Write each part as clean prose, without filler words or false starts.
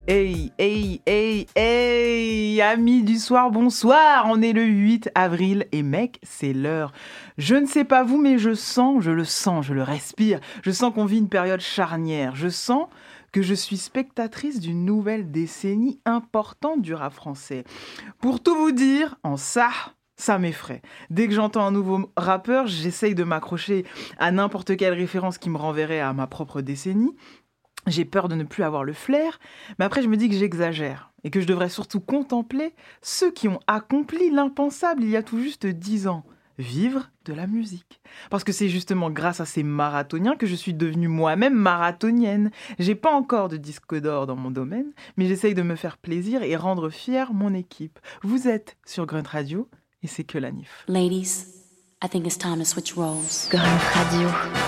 Hey, amis du soir, bonsoir. On est le 8 avril et mec, c'est l'heure. Je ne sais pas vous, mais je le respire. Je sens qu'on vit une période charnière. Je sens que je suis spectatrice d'une nouvelle décennie importante du rap français. Pour tout vous dire, ça m'effraie. Dès que j'entends un nouveau rappeur, j'essaye de m'accrocher à n'importe quelle référence qui me renverrait à ma propre décennie. J'ai peur de ne plus avoir le flair, mais après je me dis que j'exagère et que je devrais surtout contempler ceux qui ont accompli l'impensable il y a tout juste 10 ans. Vivre de la musique. Parce que c'est justement grâce à ces marathoniens que je suis devenue moi-même marathonienne. J'ai pas encore de disque d'or dans mon domaine, mais j'essaye de me faire plaisir et rendre fière mon équipe. Vous êtes sur Grunt Radio et c'est que la NIF. Ladies, I think it's time to switch roles. Grunt Radio.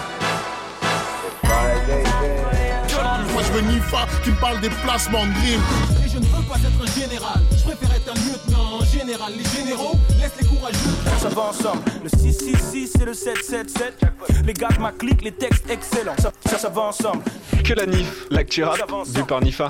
Moi je veux Nifa qui me parle des placements de green. Et je ne veux pas être un général, je préfère être un lieutenant général. Les généraux, laisse les courageux. Ça va ensemble, le 666 et le 777. Les gars de ma clique, les textes excellents. Ça va ensemble. Que la NIF, l'actu rap, vu par Nifa.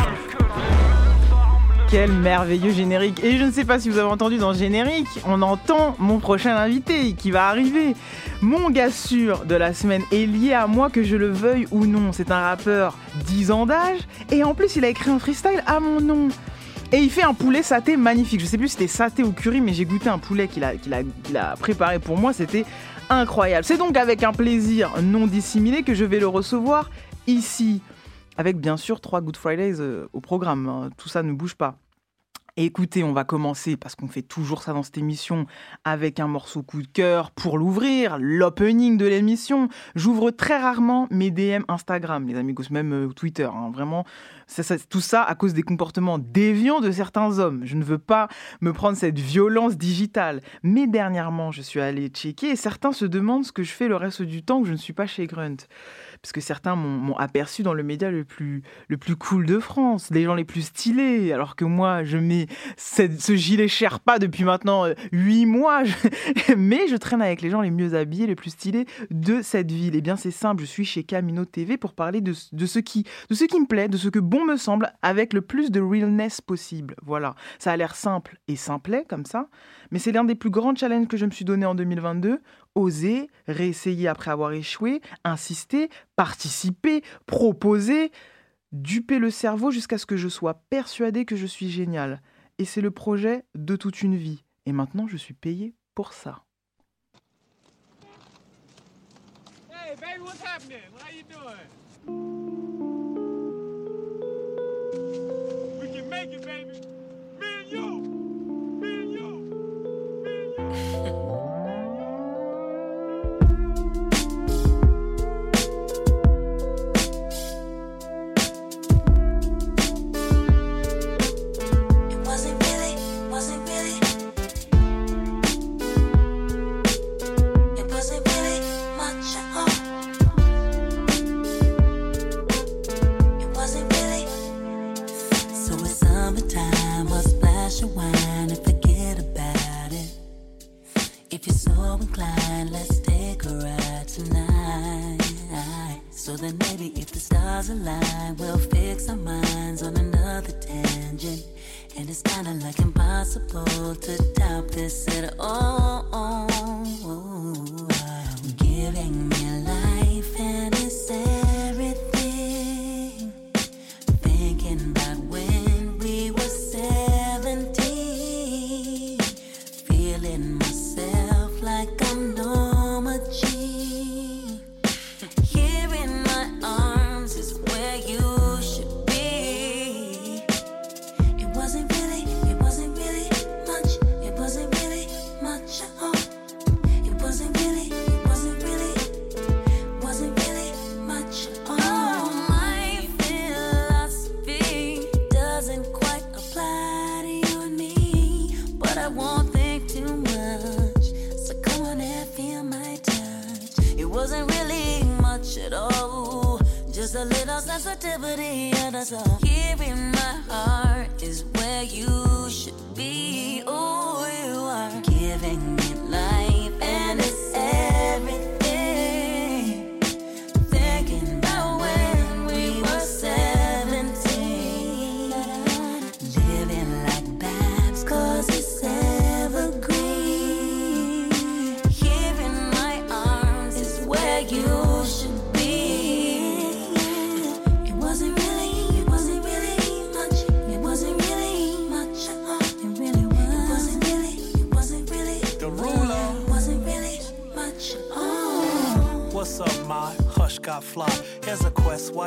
Quel merveilleux générique. Et je ne sais pas si vous avez entendu dans le générique, on entend mon prochain invité qui va arriver. Mon gars sûr de la semaine est lié à moi, que je le veuille ou non. C'est un rappeur 10 ans d'âge et en plus il a écrit un freestyle à mon nom. Et il fait un poulet saté magnifique. Je sais plus si c'était saté ou curry, mais j'ai goûté un poulet qu'il a préparé pour moi. C'était incroyable. C'est donc avec un plaisir non dissimulé que je vais le recevoir ici. Avec bien sûr 3 Good Fridays au programme, hein. Tout ça ne bouge pas. Et écoutez, on va commencer, parce qu'on fait toujours ça dans cette émission, avec un morceau coup de cœur pour l'ouvrir, l'opening de l'émission. J'ouvre très rarement mes DM Instagram, les amigos, même Twitter, hein. Vraiment, tout ça à cause des comportements déviants de certains hommes. Je ne veux pas me prendre cette violence digitale. Mais dernièrement, je suis allée checker et certains se demandent ce que je fais le reste du temps que je ne suis pas chez Grunt. Parce que certains m'ont aperçu dans le média le plus cool de France, les gens les plus stylés, alors que moi, je mets ce gilet Sherpa depuis maintenant 8 mois, mais je traîne avec les gens les mieux habillés, les plus stylés de cette ville. Eh bien, c'est simple, je suis chez Camino TV pour parler de ce qui me plaît, de ce que bon me semble, avec le plus de realness possible. Voilà, ça a l'air simple et simplet comme ça, mais c'est l'un des plus grands challenges que je me suis donné en 2022. Oser, réessayer après avoir échoué, insister, participer, proposer, duper le cerveau jusqu'à ce que je sois persuadé que je suis génial. Et c'est le projet de toute une vie. Et maintenant, je suis payé pour ça. Hey baby, what's happening? How you doing? We can make it, baby. Me and you. Me and you. Me and you. So then maybe if the stars align, we'll fix our minds on another tangent. And it's kinda like impossible to top this at all. Giving me life and it's everything. Thinking about when we were 17. Feeling myself like I'm Norma Jean. Here in my arms is where you should be. It wasn't really much. It wasn't really much at all. It wasn't really much at all. My philosophy doesn't quite apply to you and me, but I won't think too much. So come on and feel my touch. It wasn't really much at all, just a little sensitivity, and that's all. Here in my heart is where you should be. Oh, you are giving me life, and it's everything. Thinking about when we were 17.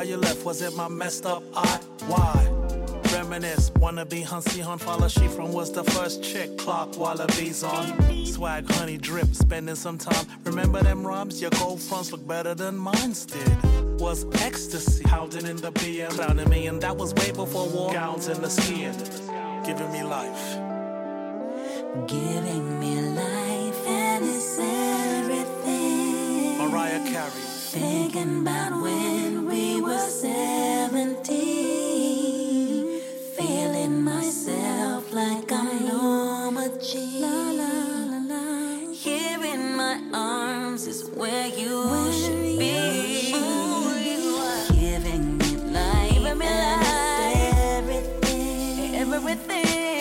why you left? Was it my messed up eye? Why? Reminisce, wanna be Hunsy Hun, follow she from was the first chick. Clock wallabies on, swag honey drip, spending some time. Remember them rhymes? Your gold fronts look better than mine did. Was ecstasy, howling in the BM, crowning me, and that was way before war. Gowns in the skin, giving me life. Giving me life and it's everything. Mariah Carey. Thinking about when we were 17, feeling myself like I'm Norma Jean. La, la, la, la. Here in my arms is where you should be. Giving me life and it's everything. Everything.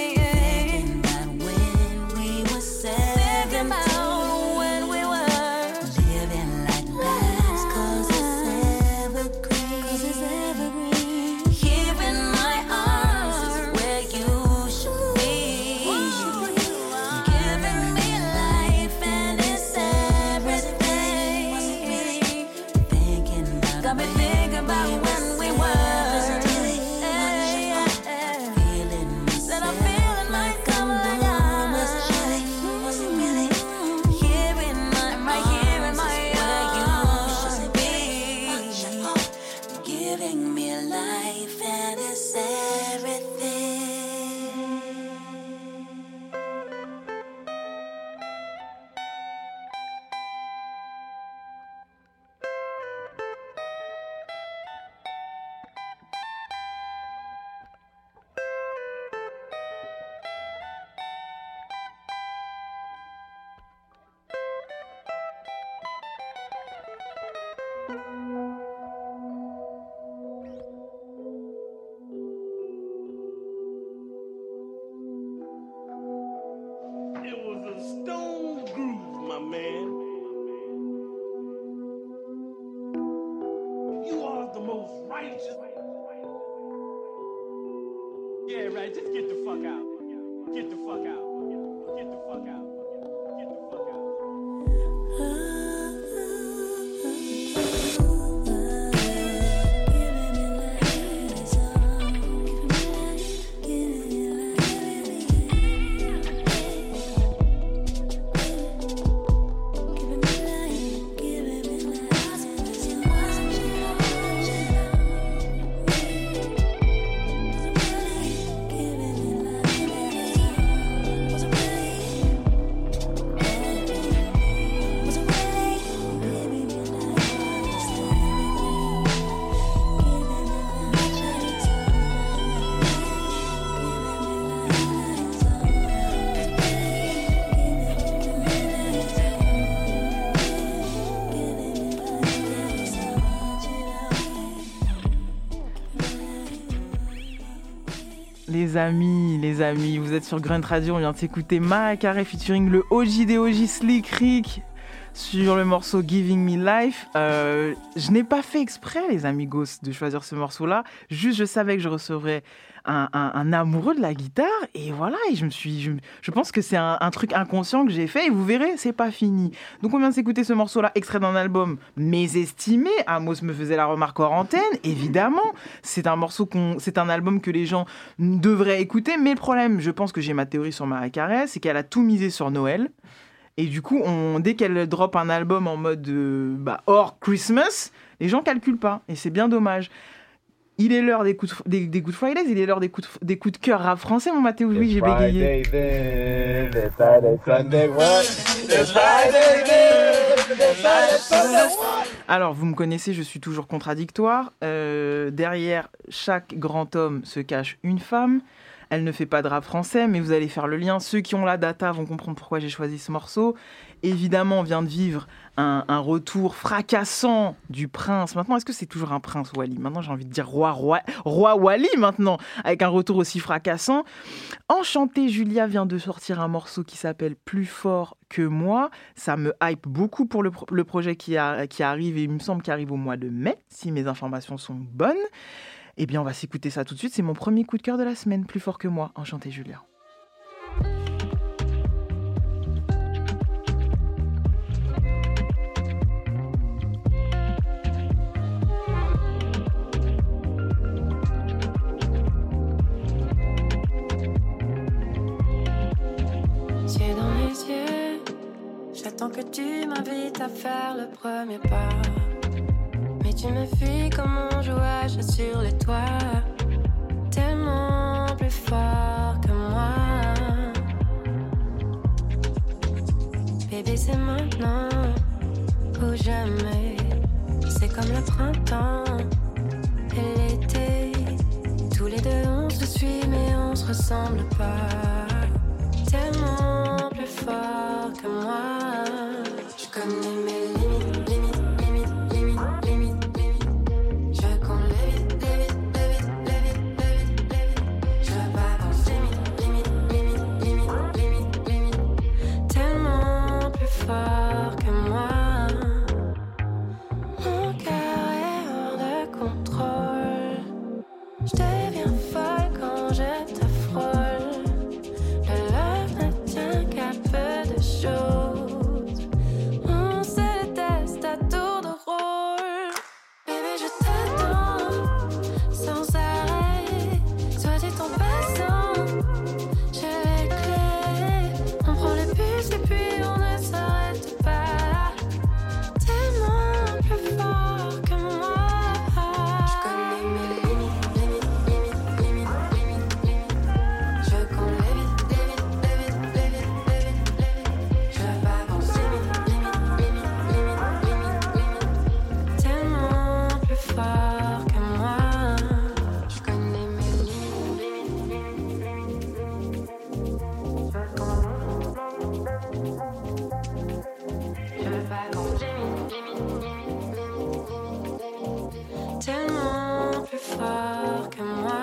It was a stone groove, my man. You are the most righteous. Yeah, right. Just get the fuck out. Get the fuck out. Get the fuck out. Get the fuck out. Les amis, vous êtes sur Grunt Radio, on vient de s'écouter Mariah Carey featuring le OG Slick Rick sur le morceau Giving Me Life. Je n'ai pas fait exprès, les amigos, de choisir ce morceau-là. Juste, je savais que je recevrais un amoureux de la guitare et voilà, et je pense que c'est un truc inconscient que j'ai fait et vous verrez, c'est pas fini. Donc on vient de s'écouter ce morceau-là, extrait d'un album mésestimé. Amos me faisait la remarque hors antenne, évidemment. C'est un album que les gens devraient écouter, mais le problème, je pense que j'ai ma théorie sur Mariah Carey, c'est qu'elle a tout misé sur Noël. Et du coup, dès qu'elle drop un album en mode hors Christmas, les gens calculent pas. Et c'est bien dommage. Il est l'heure des Good Fridays, il est l'heure des coups de cœur rap français, mon Mathéo. Oui, j'ai bégayé. Alors, vous me connaissez, je suis toujours contradictoire. Derrière chaque grand homme se cache une femme. Elle ne fait pas de rap français, mais vous allez faire le lien. Ceux qui ont la data vont comprendre pourquoi j'ai choisi ce morceau. Évidemment, on vient de vivre un retour fracassant du prince. Maintenant, est-ce que c'est toujours un prince, Wally ? Maintenant, j'ai envie de dire roi Wally, maintenant, avec un retour aussi fracassant. Enchanté Julia vient de sortir un morceau qui s'appelle Plus fort que moi. Ça me hype beaucoup pour le projet qui arrive, et il me semble qu'il arrive au mois de mai, si mes informations sont bonnes. Eh bien, on va s'écouter ça tout de suite. C'est mon premier coup de cœur de la semaine. Plus fort que moi. Enchanté Julia. J'attends que tu m'invites à faire le premier pas. Mais tu me fuis comme on jouage sur les toits. Tellement plus fort que moi. Bébé, c'est maintenant ou jamais. C'est comme le printemps et l'été. Tous les deux on se suit mais on se ressemble pas. Tellement plus fort que moi. Je connais mes limites, limites, limites, limites, limites, limites. Je veux qu'on l'évite, l'évite, l'évite, l'évite, l'évite, l'évite. Je veux pas qu'on s'imite, limite, limite, limite, limite, limite. Tellement plus fort que moi. Mon cœur est hors de contrôle. Je deviens folle quand je te frôle. Le love ne tient qu'à peu de choses. On se déteste à tour de rôle. Bébé, je t'attends sans arrêt. Soit dit en passant, j'ai les clés. On prend le bus et puis on ne s'arrête pas. Tellement plus fort que moi. Je connais mes limites, limites, limites, limites, limites, limites. Je veux qu'on l'évite, l'évite, l'évite, l'évite, l'évite, l'évite. Je veux pas qu'on s'imite, limite, limite, limite, limite, limite. Tellement plus fort que moi. Je connais mes limites, limites, limites, limites, limites. Je veux qu'on je veux pas qu'on s'imite, limite, limite, limite, limite, limite. Tellement plus fort que moi.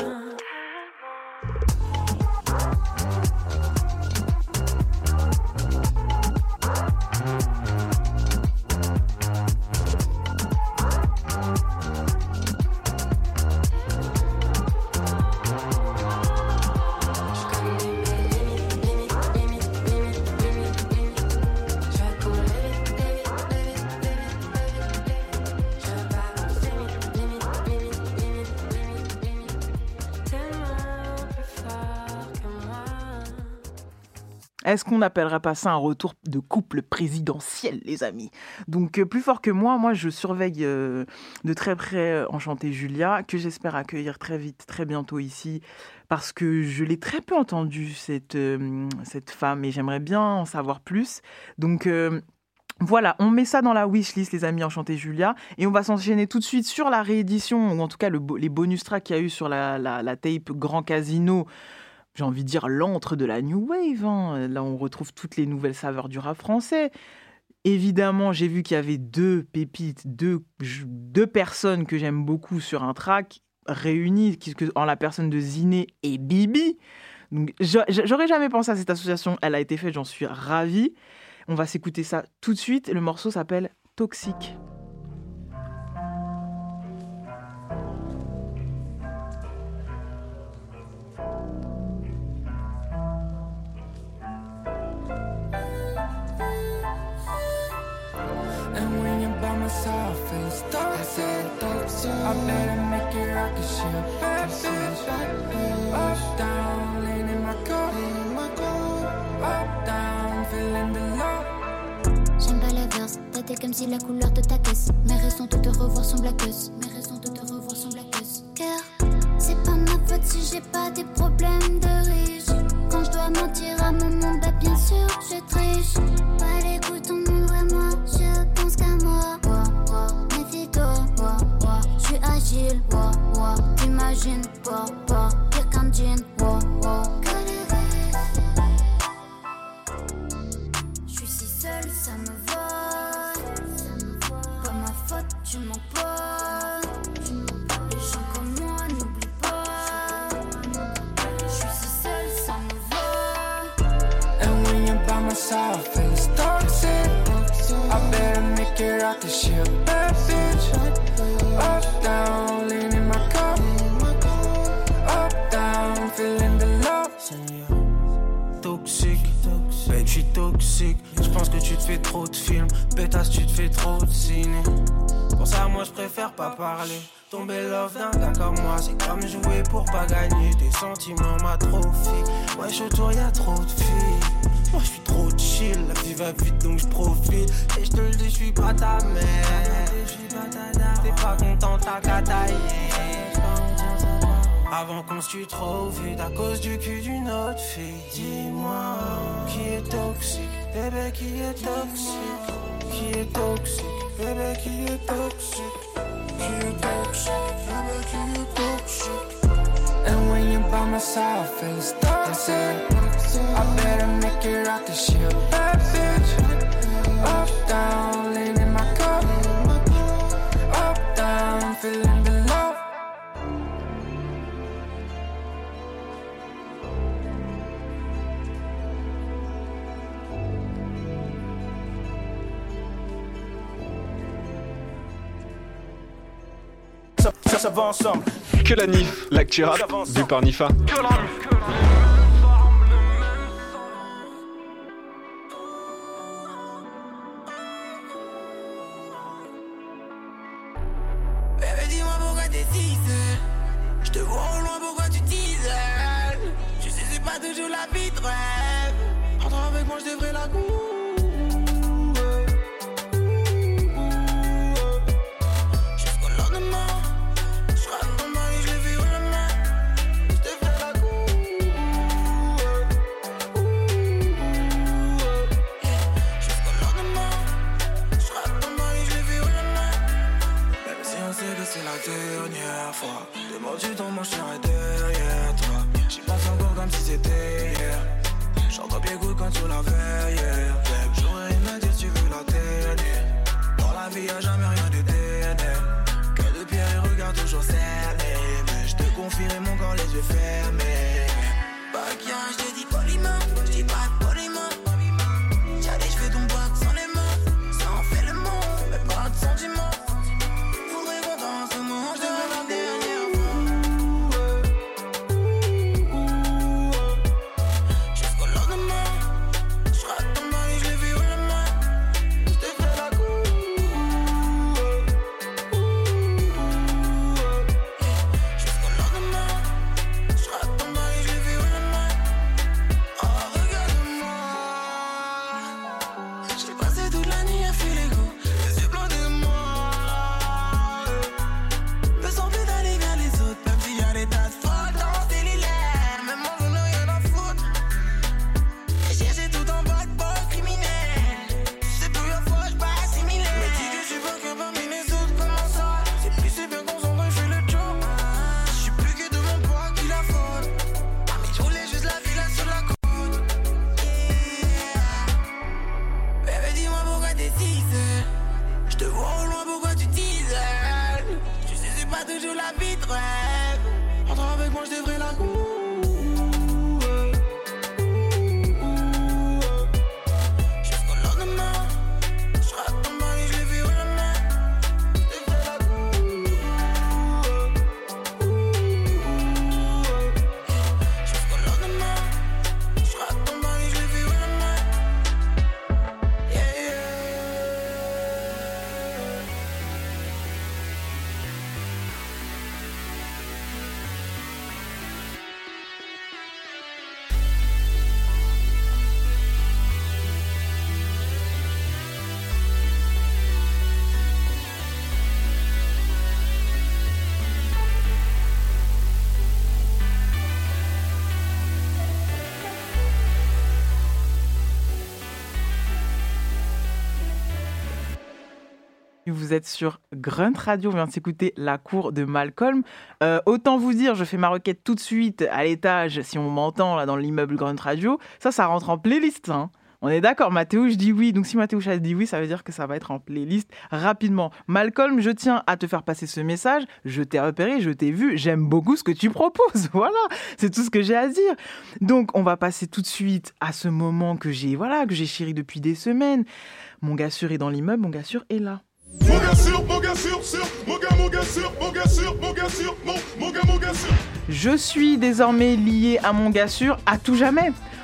Est-ce qu'on n'appellerait pas ça un retour de couple présidentiel, les amis? Donc, plus fort que moi, je surveille de très près Enchantée Julia, que j'espère accueillir très vite, très bientôt ici, parce que je l'ai très peu entendue, cette femme, et j'aimerais bien en savoir plus. Donc, voilà, on met ça dans la wishlist, les amis, Enchantée Julia, et on va s'enchaîner tout de suite sur la réédition, ou en tout cas les bonus tracks qu'il y a eu sur la tape Grand Casino. J'ai envie de dire l'antre de la New Wave. Hein. Là, on retrouve toutes les nouvelles saveurs du rap français. Évidemment, j'ai vu qu'il y avait deux pépites, deux personnes que j'aime beaucoup sur un track, réunies en la personne de Ziné et Bibi. Donc, j'aurais jamais pensé à cette association. Elle a été faite, j'en suis ravie. On va s'écouter ça tout de suite. Le morceau s'appelle Toxique. I better make it rock and shit. Bad bitch, up, down, lean in my car. Up, down, feeling the love. J'aime pas la verse, t'es comme si la couleur de ta caisse. Mes raisons de te revoir sont blaqueuses. Car c'est pas ma faute si j'ai pas des problèmes de riche. Quand je dois mentir à mon monde, bah bien sûr je triche. Pas l'écoute, ton nom vrai moi, je pense qu'à moi. Méfie-toi, je suis agile, t'imagines, pire qu'un jean, je suis si seule, ça me va. Pas ma faute, tu mens pas. Les gens comme moi n'oublie pas. Je suis si seule, ça me va. And when you're by my side, I feel it's toxic. I better make it rock and shit. Bad bitch, up, down, lean in my car. Up, down, feeling the love. Toxique, que je suis toxique. Je pense que tu te fais trop de films. Pétasse, tu te fais trop de ciné. Pour ça, moi, je préfère pas parler. Tomber love d'un gars comme moi, c'est comme jouer pour pas gagner. Tes sentiments m'atrophient. Wesh, autour y'a trop de filles. Moi, je suis trop chill. La vie va vite, donc je profite. Et je te le dis, je suis pas ta mère. T'es pas content, t'as qu'à tailler. Avant qu'on se tue trop vite à cause du cul d'une autre fille. Dis-moi, qui est toxique? Bébé, qui est toxique? Qui est toxique? Bébé, qui est toxique? Qui est toxique? Bébé, qui est toxique? And when you're by my side, I feel it's toxic. I better make it out this shit, bad bitch. Up, down, lean in my cup. Up, down, feeling the love. Ça va ensemble. Que la Nif, l'actu rap vue par Nifa. Bébé, dis-moi pourquoi t'es si seule. Je te vois au loin, pourquoi tu t'isoles. Tu sais, c'est pas toujours la vie de rêve. Entre avec moi, je devrais la couper. Tu tombes, moi je serai derrière toi. J'y pense encore comme si c'était hier. J'entends bien good quand tu la veilles. J'aurais rien à dire, tu veux la dernière. Dans la vie y'a jamais rien d'éternel. Que de pierre et regarde toujours cerné. Mais je te confierai mon corps les yeux fermés. Pas qu'il y a, je te dis poliment. Je dis pas poliment. J'ai des cheveux ton boîte sans les mains. Ça en fait le monde, mais pas de sentiments. Faudrait qu'on dans ce moment, je devrais la dernière. Vous êtes sur Grunt Radio, on vient de s'écouter La Cour de Malcolm. Autant vous dire, je fais ma requête tout de suite à l'étage, si on m'entend là dans l'immeuble Grunt Radio. Ça rentre en playlist, hein. On est d'accord, Mathéouche dit oui. Donc si Mathéouche a dit oui, ça veut dire que ça va être en playlist rapidement. Malcolm, je tiens à te faire passer ce message. Je t'ai repéré, je t'ai vu. J'aime beaucoup ce que tu proposes. Voilà, c'est tout ce que j'ai à dire. Donc on va passer tout de suite à ce moment que j'ai chéri depuis des semaines. Mon gars sûr est dans l'immeuble, mon gars sûr est là. Mon gars sûr, mon gars sûr, mon gars sûr, mon gars sûr, mon gars sûr, mon gars sûr. Je suis désormais lié à mon gars sûr à tout jamais.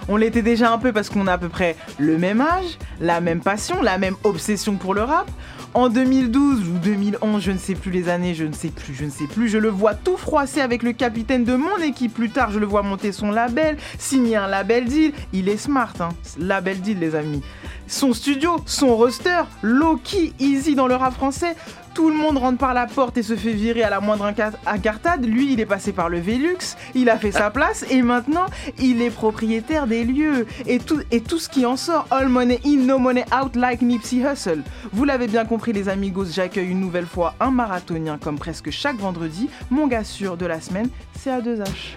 On l'était déjà un peu parce qu'on a à peu près le même âge, la même passion, la même obsession pour le rap. En 2012 ou 2011, je ne sais plus les années, je ne sais plus, je le vois tout froisser avec le capitaine de mon équipe. Plus tard, je le vois monter son label, signer un label deal. Il est smart, hein. Label deal, les amis. Son studio, son roster, low-key, easy dans le rap français. Tout le monde rentre par la porte et se fait virer à la moindre incartade. Lui, il est passé par le Velux, il a fait sa place et maintenant, il est propriétaire des lieux. Et tout ce qui en sort, all money in, no money out, like Nipsey Hussle. Vous l'avez bien compris, les amigos, j'accueille une nouvelle fois un marathonien comme presque chaque vendredi. Mon gars sûr de la semaine, c'est A2H.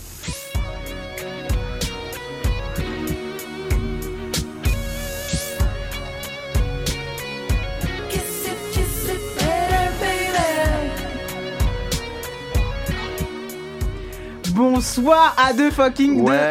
Bonsoir à deux fucking deux.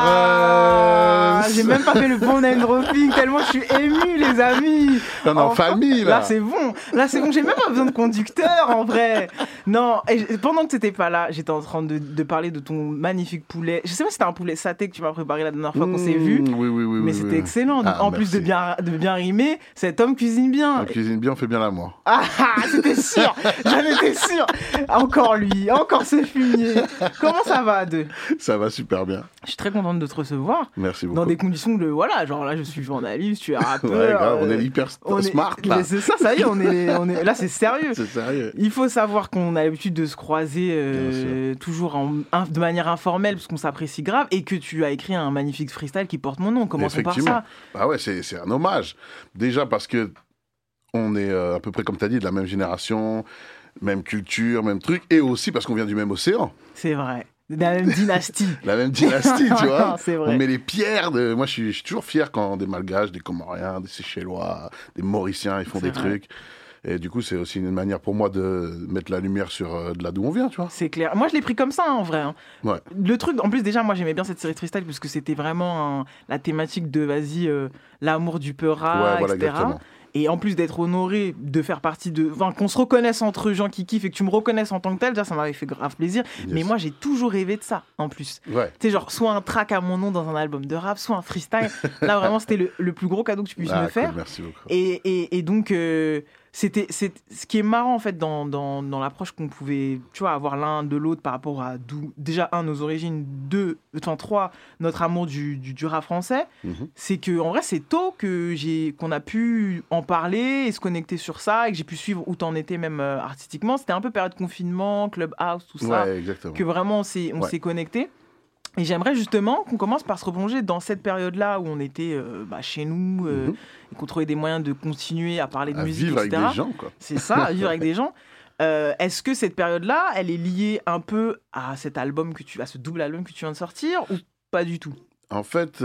J'ai même pas fait le bon name dropping tellement je suis ému, les amis. On est en famille là. Là c'est bon, j'ai même pas besoin de conducteur en vrai. Non, et pendant que t'étais pas là, j'étais en train de parler de ton magnifique poulet. Je sais pas si c'était un poulet saté que tu m'as préparé la dernière fois qu'on s'est vu. Oui. Mais c'était excellent. En plus de bien rimer, cet homme cuisine bien. On cuisine bien, on fait bien l'amour. C'était sûr. J'en étais sûr. Encore lui, encore ce fumier. Comment ça va à deux? Ça va super bien. Je suis très contente de te recevoir. Merci beaucoup. Dans des conditions de genre là je suis journaliste, tu es rappeur. Ouais, grave, on est hyper smart là. Mais c'est ça y est, on est là, c'est sérieux. C'est sérieux. Il faut savoir qu'on a l'habitude de se croiser toujours de manière informelle parce qu'on s'apprécie grave et que tu as écrit un magnifique freestyle qui porte mon nom. Commençons par ça. Bah ouais, c'est un hommage. Déjà parce que on est à peu près comme tu as dit de la même génération, même culture, même truc, et aussi parce qu'on vient du même océan. C'est vrai. La même dynastie. La même dynastie, tu vois. C'est vrai. On met les pierres de... Moi, je suis toujours fier quand des Malgaches, des Comoriens, des Seychellois, des Mauriciens, ils font des trucs. Et du coup, c'est aussi une manière pour moi de mettre la lumière sur de là d'où on vient, tu vois. C'est clair. Moi, je l'ai pris comme ça, en vrai. Hein. Ouais. Le truc, en plus, déjà, moi, j'aimais bien cette série de freestyle parce que c'était vraiment la thématique de, l'amour du peura, voilà, etc. Exactement. Et en plus d'être honoré, de faire partie de... Enfin, qu'on se reconnaisse entre gens qui kiffent et que tu me reconnaisses en tant que tel, déjà, ça m'avait fait grave plaisir. Yes. Mais moi, j'ai toujours rêvé de ça, en plus. Ouais. Tu sais, genre, soit un track à mon nom dans un album de rap, soit un freestyle. Là, vraiment, c'était le plus gros cadeau que tu puisses me faire. Cool, merci beaucoup. Et donc... c'est ce qui est marrant en fait dans l'approche qu'on pouvait avoir l'un de l'autre par rapport à déjà nos origines, 3 notre amour du rap français, c'est que en vrai c'est tôt qu'on a pu en parler et se connecter sur ça et que j'ai pu suivre où t'en étais même artistiquement. C'était un peu période confinement, Clubhouse, tout ça, que vraiment on s'est connecté. Et j'aimerais justement qu'on commence par se replonger dans cette période-là où on était chez nous et qu'on trouvait des moyens de continuer à parler de musique, vivre etc. avec des gens, quoi. C'est ça, vivre avec des gens. Est-ce que cette période-là, elle est liée un peu à cet album à ce double album que tu viens de sortir ou pas du tout? En fait,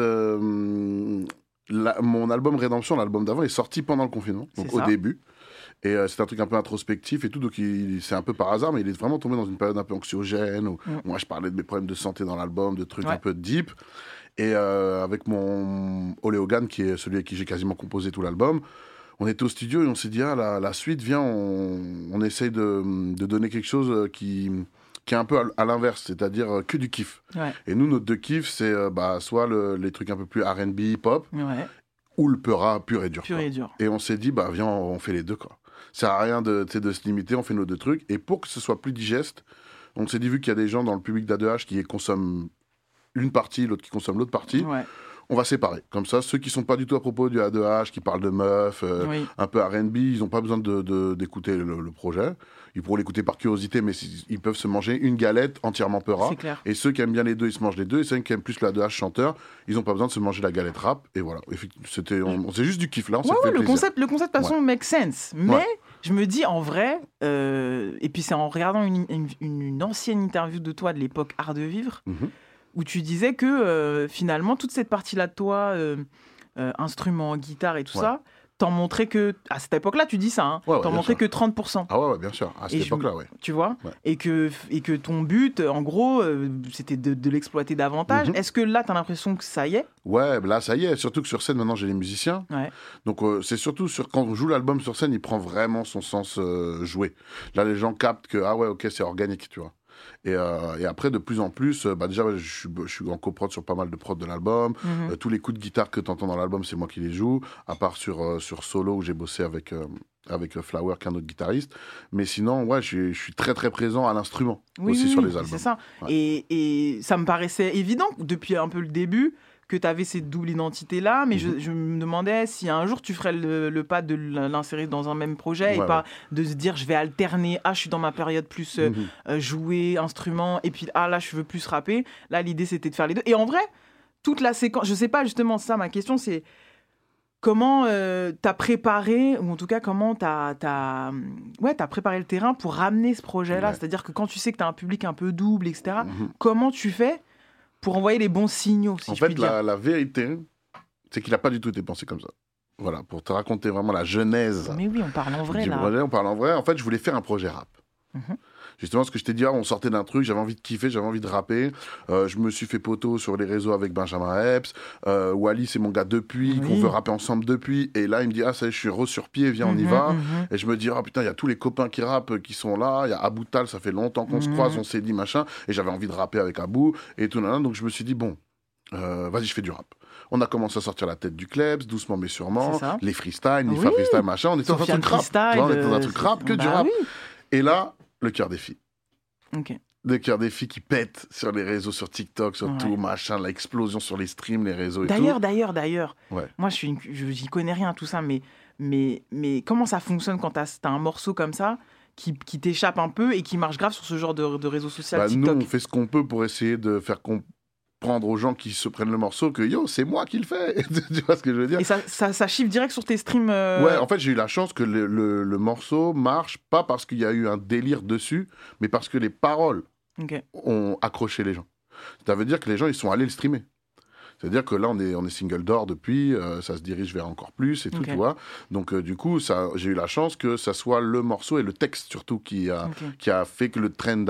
mon album Rédemption, l'album d'avant, est sorti pendant le confinement, donc au début. Et c'est un truc un peu introspectif et tout, donc c'est un peu par hasard, mais il est vraiment tombé dans une période un peu anxiogène, où moi je parlais de mes problèmes de santé dans l'album, de trucs un peu deep. Et avec mon Oléogan, qui est celui avec qui j'ai quasiment composé tout l'album, on était au studio et on s'est dit, la suite, viens, on essaye de donner quelque chose qui est un peu à l'inverse, c'est-à-dire que du kiff. Ouais. Et nous, notre deux kiff, c'est soit les trucs un peu plus R&B, hip-hop, ou le peura pur et dur. Et on s'est dit, viens, on fait les deux, quoi. Ça sert à rien de se limiter, on fait nos deux trucs. Et pour que ce soit plus digeste, on s'est dit, vu qu'il y a des gens dans le public d'A2H qui consomment une partie, l'autre qui consomme l'autre partie, on va séparer. Comme ça, ceux qui sont pas du tout à propos du A2H, qui parlent de meufs, un peu R&B, ils n'ont pas besoin d'écouter le projet. Ils pourront l'écouter par curiosité, mais ils peuvent se manger une galette entièrement peura. Et ceux qui aiment bien les deux, ils se mangent les deux. Et ceux qui aiment plus le A2H chanteur, ils n'ont pas besoin de se manger la galette rap. Et voilà. C'est juste du kiff là. On s'est fait plaisir. Le concept de toute façon make sense. Mais je me dis en vrai, et puis c'est en regardant une ancienne interview de toi de l'époque Art de Vivre, où tu disais que finalement toute cette partie-là de toi, instruments, guitare et tout ça, t'en montrais que, à cette époque-là, tu dis ça, hein, t'en montrais que 30%. Ah ouais, bien sûr, à cette époque-là, Tu vois, et que ton but, en gros, c'était de l'exploiter davantage. Est-ce que là, t'as l'impression que ça y est? Ouais, là, ça y est. Surtout que sur scène, maintenant, j'ai les musiciens. Donc, c'est surtout quand on joue l'album sur scène, il prend vraiment son sens joué. Là, les gens captent que, c'est organique, tu vois. Et après, de plus en plus, déjà, je suis en coprod sur pas mal de prods de l'album. Tous les coups de guitare que tu entends dans l'album, c'est moi qui les joue, à part sur Solo, où j'ai bossé avec Flower, qui est un autre guitariste. Mais sinon, ouais, je suis très, très présent à l'instrument aussi sur les albums. C'est ça. Ouais. Et ça me paraissait évident, depuis un peu le début, que tu avais cette double identité-là, mais je me demandais si un jour tu ferais le pas de l'insérer dans un même projet et pas de se dire je vais alterner, je suis dans ma période plus jouer, instrument, et puis là je veux plus rapper. Là l'idée c'était de faire les deux. Et en vrai, toute la séquence, je sais pas justement ça, ma question c'est comment t'as préparé, ou en tout cas comment t'as préparé le terrain pour ramener ce projet-là, c'est-à-dire que quand tu sais que t'as un public un peu double, etc., comment tu fais pour envoyer les bons signaux, si en je fait, puis dire. la vérité, c'est qu'il n'a pas du tout été pensé comme ça. Voilà, pour te raconter vraiment la genèse. Mais oui, on parle en vrai, là. Projet, on parle en vrai. En fait, je voulais faire un projet rap. Justement, ce que je t'ai dit, on sortait d'un truc, j'avais envie de kiffer, j'avais envie de rapper. Je me suis fait poteau sur les réseaux avec Benjamin Epps. Wally, c'est mon gars depuis, qu'on veut rapper ensemble depuis. Et là, il me dit, ça y est, je suis sur pied, viens, on y va. Et je me dis, putain, il y a tous les copains qui rappent qui sont là. Il y a Abou Tal, ça fait longtemps qu'on se croise, on s'est dit, machin. Et j'avais envie de rapper avec Abou et tout. Donc je me suis dit, bon, vas-y, je fais du rap. On a commencé à sortir la tête du Klebs, doucement mais sûrement. Les freestyles, Nifa freestyle, machin. On était dans un truc rap. On était dans un truc rap que du rap. Et là, le cœur des filles. Le cœur des filles qui pète sur les réseaux, sur TikTok, sur tout, machin, l'explosion sur les streams, les réseaux et d'ailleurs, tout. D'ailleurs, moi, j'y connais rien, tout ça, mais comment ça fonctionne quand t'as un morceau comme ça qui t'échappe un peu et qui marche grave sur ce genre de réseau social, TikTok? Nous, on fait ce qu'on peut pour essayer de faire comprendre aux gens qui se prennent le morceau que c'est moi qui le fais. Tu vois ce que je veux dire? Et ça chiffre direct sur tes streams. Ouais, en fait, j'ai eu la chance que le morceau marche pas parce qu'il y a eu un délire dessus, mais parce que les paroles ont accroché les gens. Ça veut dire que les gens, ils sont allés le streamer. C'est-à-dire que là, on est single d'or depuis, ça se dirige vers encore plus et tout, tu vois. Donc, du coup, j'ai eu la chance que ça soit le morceau et le texte, surtout, qui a fait que le trend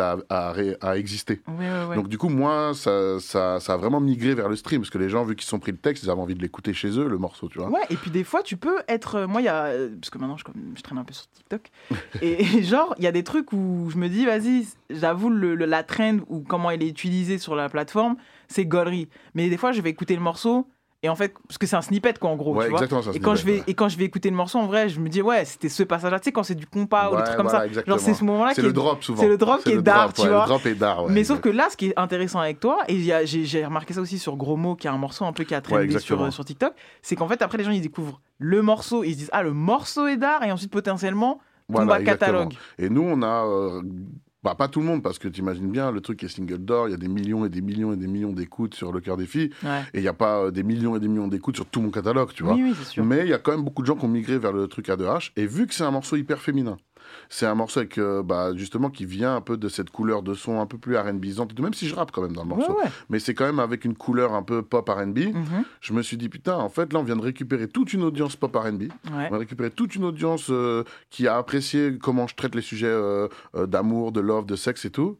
a existé. Donc, du coup, moi, ça a vraiment migré vers le stream, parce que les gens, vu qu'ils ont pris le texte, ils avaient envie de l'écouter chez eux, le morceau, tu vois. Ouais, et puis des fois, tu peux être... Moi, il y a... Parce que maintenant, je traîne un peu sur TikTok. et genre, il y a des trucs où je me dis, vas-y, j'avoue, la trend, ou comment elle est utilisée sur la plateforme, c'est gaulerie. Mais des fois, je vais écouter le morceau, et en fait, parce que c'est un snippet, quoi, en gros. Ouais, tu vois, exactement, et quand je vais écouter le morceau, en vrai, je me dis, c'était ce passage-là, tu sais, quand c'est du compas ou des trucs comme ça. Exactement. Genre, c'est ce moment-là c'est le drop, souvent. C'est le drop qui est d'art, tu vois. Le drop est d'art, mais sauf que là, ce qui est intéressant avec toi, et j'ai remarqué ça aussi sur Gros Mots, qui a un morceau un peu qui a trendé sur TikTok, c'est qu'en fait, après, les gens, ils découvrent le morceau, ils se disent, le morceau est d'art, et ensuite, potentiellement, tombe à catalogue. Et nous, on a... pas tout le monde, parce que tu imagines bien, le truc est single d'or, il y a des millions et des millions et des millions d'écoutes sur Le Cœur des Filles, et il n'y a pas des millions et des millions d'écoutes sur tout mon catalogue, tu vois. Oui, c'est sûr. Mais il y a quand même beaucoup de gens qui ont migré vers le truc A2H, et vu que c'est un morceau hyper féminin, c'est un morceau avec, justement, qui vient un peu de cette couleur de son un peu plus R&Bisante, même si je rappe quand même dans le morceau, mais c'est quand même avec une couleur un peu pop R&B. Je me suis dit, putain, en fait, là, on vient de récupérer toute une audience pop R&B, on a récupéré toute une audience qui a apprécié comment je traite les sujets d'amour, de love, de sexe et tout.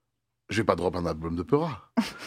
Je vais pas drop un album de Peura.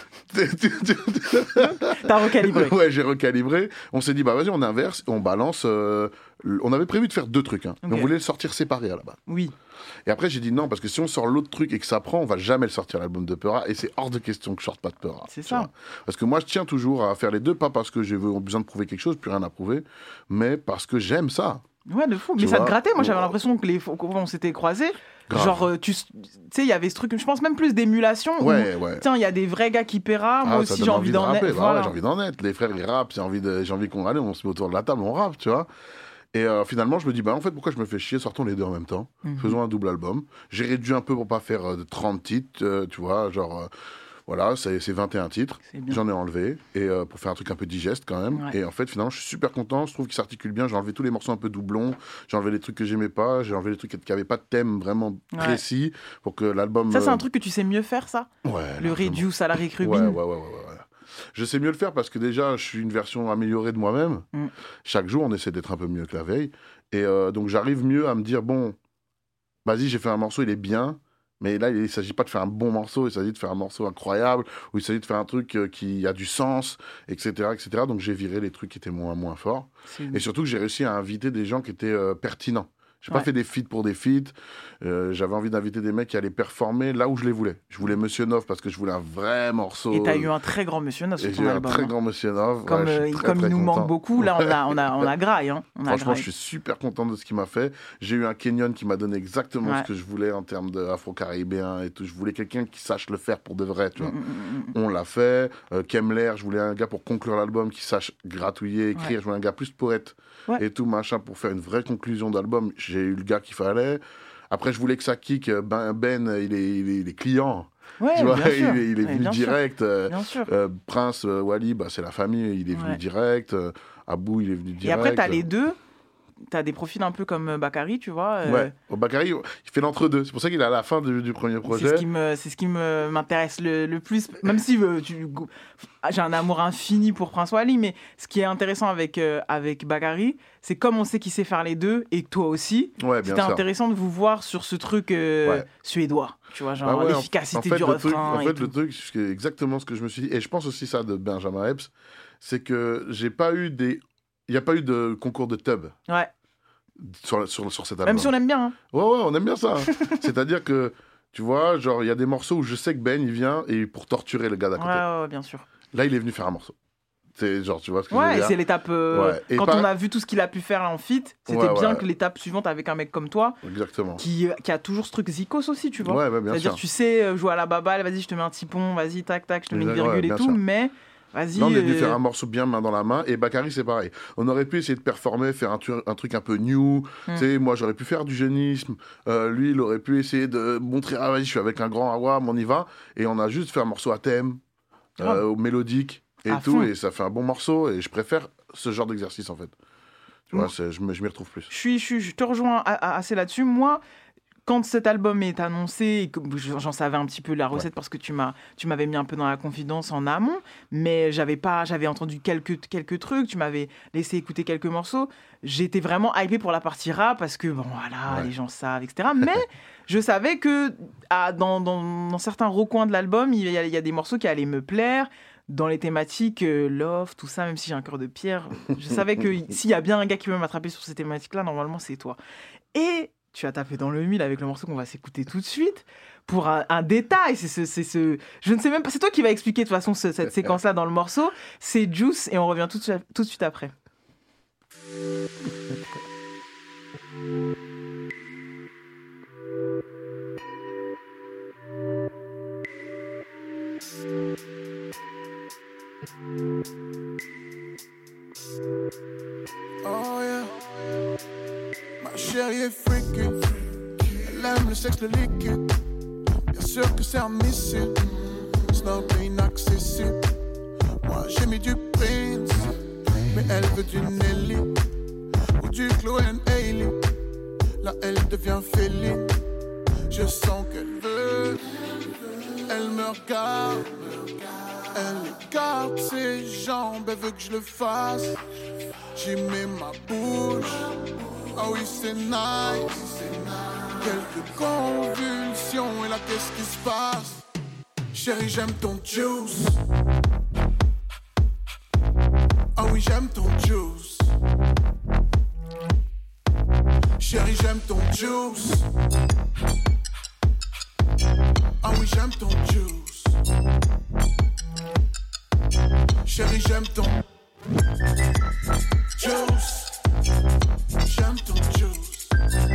T'as recalibré. Ouais, j'ai recalibré. On s'est dit, vas-y, on inverse, on balance. On avait prévu de faire 2 trucs. Mais on voulait le sortir séparé à la base. Oui. Et après, j'ai dit non, parce que si on sort l'autre truc et que ça prend, on va jamais le sortir, l'album de Peura. Et c'est hors de question que je sorte pas de Peura. C'est ça. Parce que moi, je tiens toujours à faire les deux, pas parce que j'ai besoin de prouver quelque chose, plus rien à prouver, mais parce que j'aime ça. Ouais, de fou. Mais ça te grattait. Moi, j'avais l'impression que on s'était croisés. Grave. Genre, tu sais, il y avait ce truc, je pense même plus d'émulation. Tiens, il y a des vrais gars qui paieront. Moi aussi, j'ai envie d'en être. Voilà. J'ai envie d'en être. Les frères, ils rappent. J'ai envie qu'on aille, on se met autour de la table, on rappe, tu vois. Et finalement, je me dis, en fait, pourquoi je me fais chier? Sortons les deux en même temps. Faisons un double album. J'ai réduit un peu pour pas faire 30 titres, tu vois, genre... Voilà, c'est 21 titres, j'en ai enlevé, et pour faire un truc un peu digeste quand même. Et en fait, finalement, je suis super content, je trouve qu'il s'articule bien. J'ai enlevé tous les morceaux un peu doublons, j'ai enlevé les trucs que j'aimais pas, j'ai enlevé les trucs qui n'avaient pas de thème vraiment précis pour que l'album... Ça, c'est un truc que tu sais mieux faire, ça? Le reduce à la Rick Rubin. Ouais. Je sais mieux le faire parce que déjà, je suis une version améliorée de moi-même. Chaque jour, on essaie d'être un peu mieux que la veille. Et donc, j'arrive mieux à me dire, bon, vas-y, j'ai fait un morceau, il est bien. Mais là, il ne s'agit pas de faire un bon morceau, il s'agit de faire un morceau incroyable, ou il s'agit de faire un truc qui a du sens, etc. Donc j'ai viré les trucs qui étaient moins forts. Et surtout que j'ai réussi à inviter des gens qui étaient pertinents. J'ai pas fait des feats pour des feats. J'avais envie d'inviter des mecs qui allaient performer là où je les voulais. Je voulais Monsieur Nov parce que je voulais un vrai morceau. Et t'as eu un très grand Monsieur Nov sur ton album. J'ai eu un très grand Monsieur Nov. Comme, comme il nous manque beaucoup, là on a graille. Hein. Franchement, je suis super content de ce qu'il m'a fait. J'ai eu un Kenyon qui m'a donné exactement ce que je voulais en termes d'afro-caribéen et tout. Je voulais quelqu'un qui sache le faire pour de vrai. Tu vois. On l'a fait. Kemler, je voulais un gars pour conclure l'album qui sache gratouiller, écrire. Je voulais un gars plus poète et tout machin pour faire une vraie conclusion d'album. J'ai eu le gars qu'il fallait. Après, je voulais que ça kick. Ben, il est client. Ouais, tu vois, il est venu direct. Sûr. Prince, Wally, c'est la famille. Il est venu direct. Abou, il est venu direct. Et après, t'as les deux. T'as des profils un peu comme Bakary, tu vois. Ouais, Bakary, il fait l'entre-deux. C'est pour ça qu'il est à la fin du premier projet. C'est ce qui m'intéresse le plus. Même si j'ai un amour infini pour Prince Wally, mais ce qui est intéressant avec Bakary, c'est comme on sait qu'il sait faire les deux, et toi aussi, c'était intéressant de vous voir sur ce truc suédois. Tu vois, genre l'efficacité du refrain. En fait, le truc, c'est exactement ce que je me suis dit. Et je pense aussi ça de Benjamin Epps, c'est que il n'y a pas eu de concours de tub sur cet album. Même si on aime bien. Hein. Ouais, on aime bien ça. C'est-à-dire que, tu vois, genre, il y a des morceaux où je sais que Ben, il vient et pour torturer le gars d'à côté. Ouais, bien sûr. Là, il est venu faire un morceau. C'est genre, tu vois ce que je veux dire. Ouais, c'est l'étape... Quand on a vu tout ce qu'il a pu faire là en feat, c'était bien que l'étape suivante avec un mec comme toi, qui a toujours ce truc zikos aussi, tu vois. Ouais, bien C'est-à-dire, sûr. tu sais, jouer à la baballe, vas-y, je te mets un petit pont, vas-y, tac, tac, je te mets une virgule et tout, sûr. mais... Vas-y, là, on est venu faire un morceau bien main dans la main, et Bakary, c'est pareil. On aurait pu essayer de performer, faire un truc un peu new. Tu sais, moi, j'aurais pu faire du jeunisme. Lui, il aurait pu essayer de montrer, vas-y, je suis avec un grand awam, on y va. Et on a juste fait un morceau à thème, au mélodique et tout, fond. Et ça fait un bon morceau. Et je préfère ce genre d'exercice, en fait. Tu vois, je m'y retrouve plus. Je te rejoins assez là-dessus. Moi, quand cet album est annoncé, et que j'en savais un petit peu la recette parce que tu m'avais mis un peu dans la confidence en amont, mais j'avais entendu quelques trucs, tu m'avais laissé écouter quelques morceaux. J'étais vraiment hypé pour la partie rap parce que, les gens savent, etc. Mais je savais que dans certains recoins de l'album, il y a des morceaux qui allaient me plaire. Dans les thématiques love, tout ça, même si j'ai un cœur de pierre, je savais que s'il y a bien un gars qui peut m'attraper sur ces thématiques-là, normalement, c'est toi. Et tu as tapé dans le mille avec le morceau qu'on va s'écouter tout de suite pour un détail. Je ne sais même pas. C'est toi qui vas expliquer de toute façon cette séquence-là dans le morceau. C'est Juice et on revient tout de suite après. Oh yeah, ma chérie est freaky. Elle aime le sexe, le liquide. Bien sûr que c'est un missile. Snob est inaccessible. Moi j'ai mis du Prince, mais elle veut du Nelly ou du Chloé and Hailey. Là elle devient féline. Je sens qu'elle veut. Elle me regarde. Elle écarte ses jambes, elle veut que je le fasse. J'y mets ma bouche. Ah oui, c'est nice. Quelques convulsions et là, qu'est-ce qui se passe? Chérie, j'aime ton juice. Ah oui, j'aime ton juice. Chérie, j'aime ton juice. Ah oui, j'aime ton juice. Chérie, j'aime ton juice. J'aime ton juice.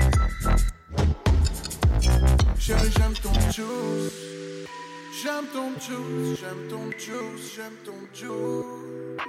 Chérie, j'aime ton juice. J'aime ton juice. J'aime ton juice. J'aime ton juice.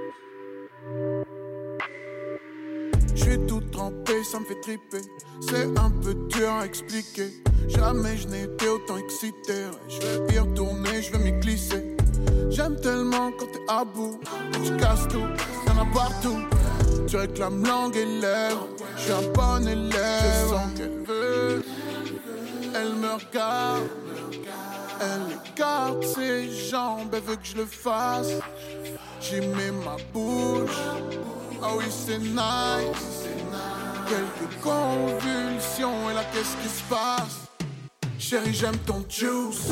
J'suis tout trempé, ça me fait triper. C'est un peu dur à expliquer. Jamais je n'ai été autant excité. Je veux y retourner, je veux m'y glisser. J'aime tellement quand t'es à bout. Tu casses tout, y'en a partout. Tu réclames langue et lèvres. Je suis un bon élève. Je sens qu'elle veut. Elle me regarde. Elle écarte ses jambes. Elle veut que je le fasse. J'y mets ma bouche. Ah oui, c'est nice. Quelques convulsions. Et là, qu'est-ce qui se passe? Chérie, j'aime ton juice.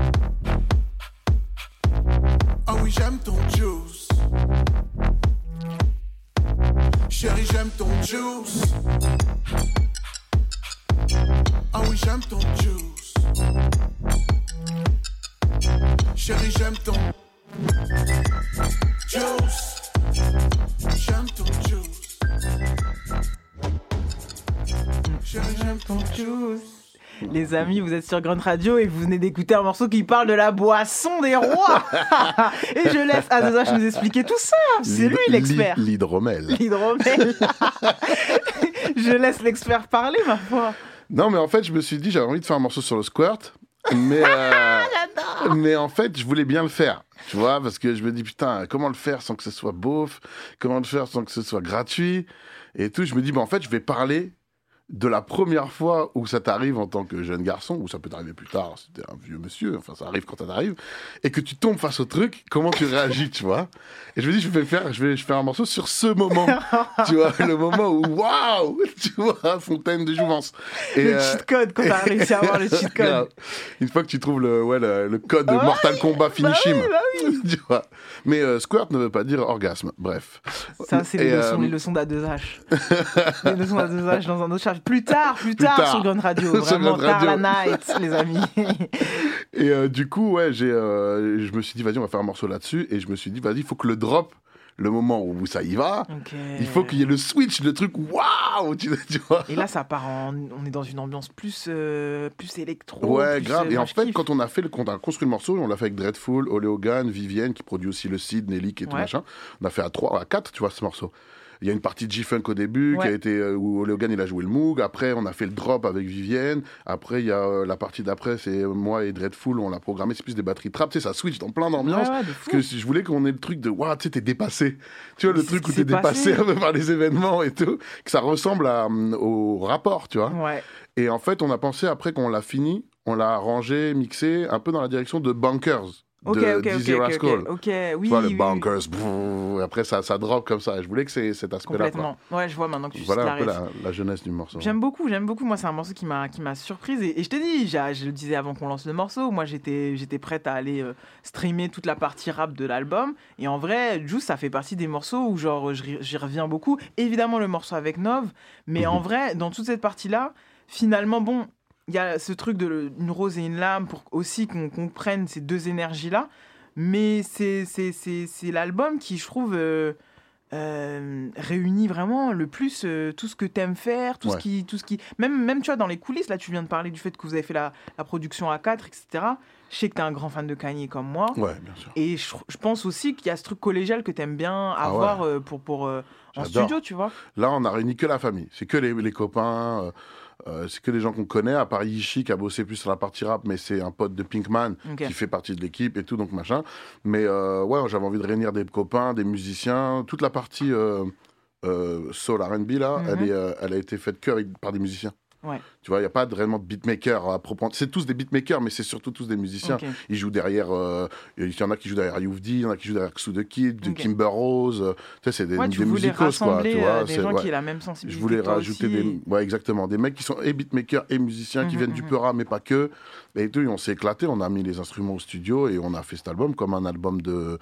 Ah oui, j'aime ton juice. Chérie, j'aime ton juice. Ah oui, j'aime ton juice. Chérie, j'aime ton juice. J'aime ton juice. Chérie, j'aime ton juice. Les amis, vous êtes sur Grunt Radio et vous venez d'écouter un morceau qui parle de la boisson des rois. Et je laisse A2H nous expliquer tout ça. C'est lui l'expert. L'hydromel. L'hydromel. Je laisse l'expert parler, ma foi. Non, mais en fait, je me suis dit, j'avais envie de faire un morceau sur le squirt. Mais, mais en fait, je voulais bien le faire. Tu vois, parce que je me dis, putain, comment le faire sans que ce soit beauf? Comment le faire sans que ce soit gratuit? Et tout, je me dis, en fait, je vais parler de la première fois où ça t'arrive en tant que jeune garçon, ou ça peut t'arriver plus tard si t'es un vieux monsieur, enfin ça arrive quand ça t'arrive, et que tu tombes face au truc, comment tu réagis, tu vois. Et je me dis, je vais faire un morceau sur ce moment, tu vois, le moment où, waouh, tu vois, Fontaine de Jouvence. Et le cheat code, quand t'as réussi à avoir le cheat code. Une fois que tu trouves le code de Mortal Kombat Finishim, oui. Tu vois. Mais squirt ne veut pas dire orgasme, bref. Ça, c'est les leçons d'A2H. Les leçons d'A2H dans un autre charge. Plus tard sur Grunt Radio. Vraiment tard la night, les amis. Et du coup, ouais, je me suis dit, vas-y, on va faire un morceau là-dessus. Et je me suis dit, vas-y, il faut que le drop, le moment où ça y va, il faut qu'il y ait le switch, le truc, waouh, tu vois. Et là, ça part on est dans une ambiance plus électro. Ouais, plus, grave. Et en fait, kiffe. quand on a construit le morceau, on l'a fait avec Dreadful, Ole Hogan, Vivienne, qui produit aussi le Cid, Nelly et tout machin. On a fait à 4, tu vois, ce morceau. Il y a une partie de G-Funk au début qui a été où Ole Hogan il a joué le Moog. Après, on a fait le drop avec Vivienne. Après, il y a la partie d'après, c'est moi et Dreadful. On l'a programmé, c'est plus des batteries trap. Tu sais, ça switch dans plein d'ambiances. Parce que je voulais qu'on ait le truc de waouh, tu sais, t'es dépassé. Tu vois, le truc où t'es dépassé un peu par les événements et tout. Que ça ressemble au rapport, tu vois. Ouais. Et en fait, on a pensé après qu'on l'a fini, on l'a arrangé, mixé un peu dans la direction de Bunkers. Ok, oui. Tu vois, le bunkers, après ça drop comme ça. Et je voulais que c'est cet aspect-là. Complètement. Ouais, je vois maintenant que tu voilà un peu la jeunesse du morceau. J'aime beaucoup. Moi, c'est un morceau qui m'a surprise. Et je t'ai dit, je le disais avant qu'on lance le morceau, moi, j'étais prête à aller streamer toute la partie rap de l'album. Et en vrai, Juice, ça fait partie des morceaux où genre j'y reviens beaucoup. Évidemment, le morceau avec Nov. Mais en vrai, dans toute cette partie-là, finalement, bon... Il y a ce truc d'une rose et une lame pour aussi qu'on comprenne ces deux énergies-là. Mais c'est l'album qui, je trouve, réunit vraiment le plus tout ce que t'aimes faire, tout ce qui... Même, tu vois, dans les coulisses, là, tu viens de parler du fait que vous avez fait la production à 4, etc. Je sais que t'es un grand fan de Kanye comme moi. Ouais, bien sûr. Et je pense aussi qu'il y a ce truc collégial que t'aimes bien avoir en studio, tu vois. Là, on n'a réuni que la famille. C'est que les copains... c'est que les gens qu'on connaît, à part Yishi qui a bossé plus sur la partie rap, mais c'est un pote de Pinkman qui fait partie de l'équipe et tout, donc machin. Mais ouais, j'avais envie de réunir des copains, des musiciens. Toute la partie soul R&B, là, elle a été faite que par des musiciens. Ouais. Tu vois, il n'y a pas réellement de beatmakers à proprement. C'est tous des beatmakers, mais c'est surtout tous des musiciens. Ils jouent derrière. Il y en a qui jouent derrière Youvdi, il y en a qui jouent derrière Xou de Kid, Kimber Rose. Tu sais, c'est des musicos, quoi. Tu vois, des gens qui ont la même sensibilité. Je voulais rajouter exactement, des mecs qui sont et beatmakers et musiciens, qui viennent du Peura, mais pas que. Et tout, on s'est éclaté, on a mis les instruments au studio et on a fait cet album comme un album de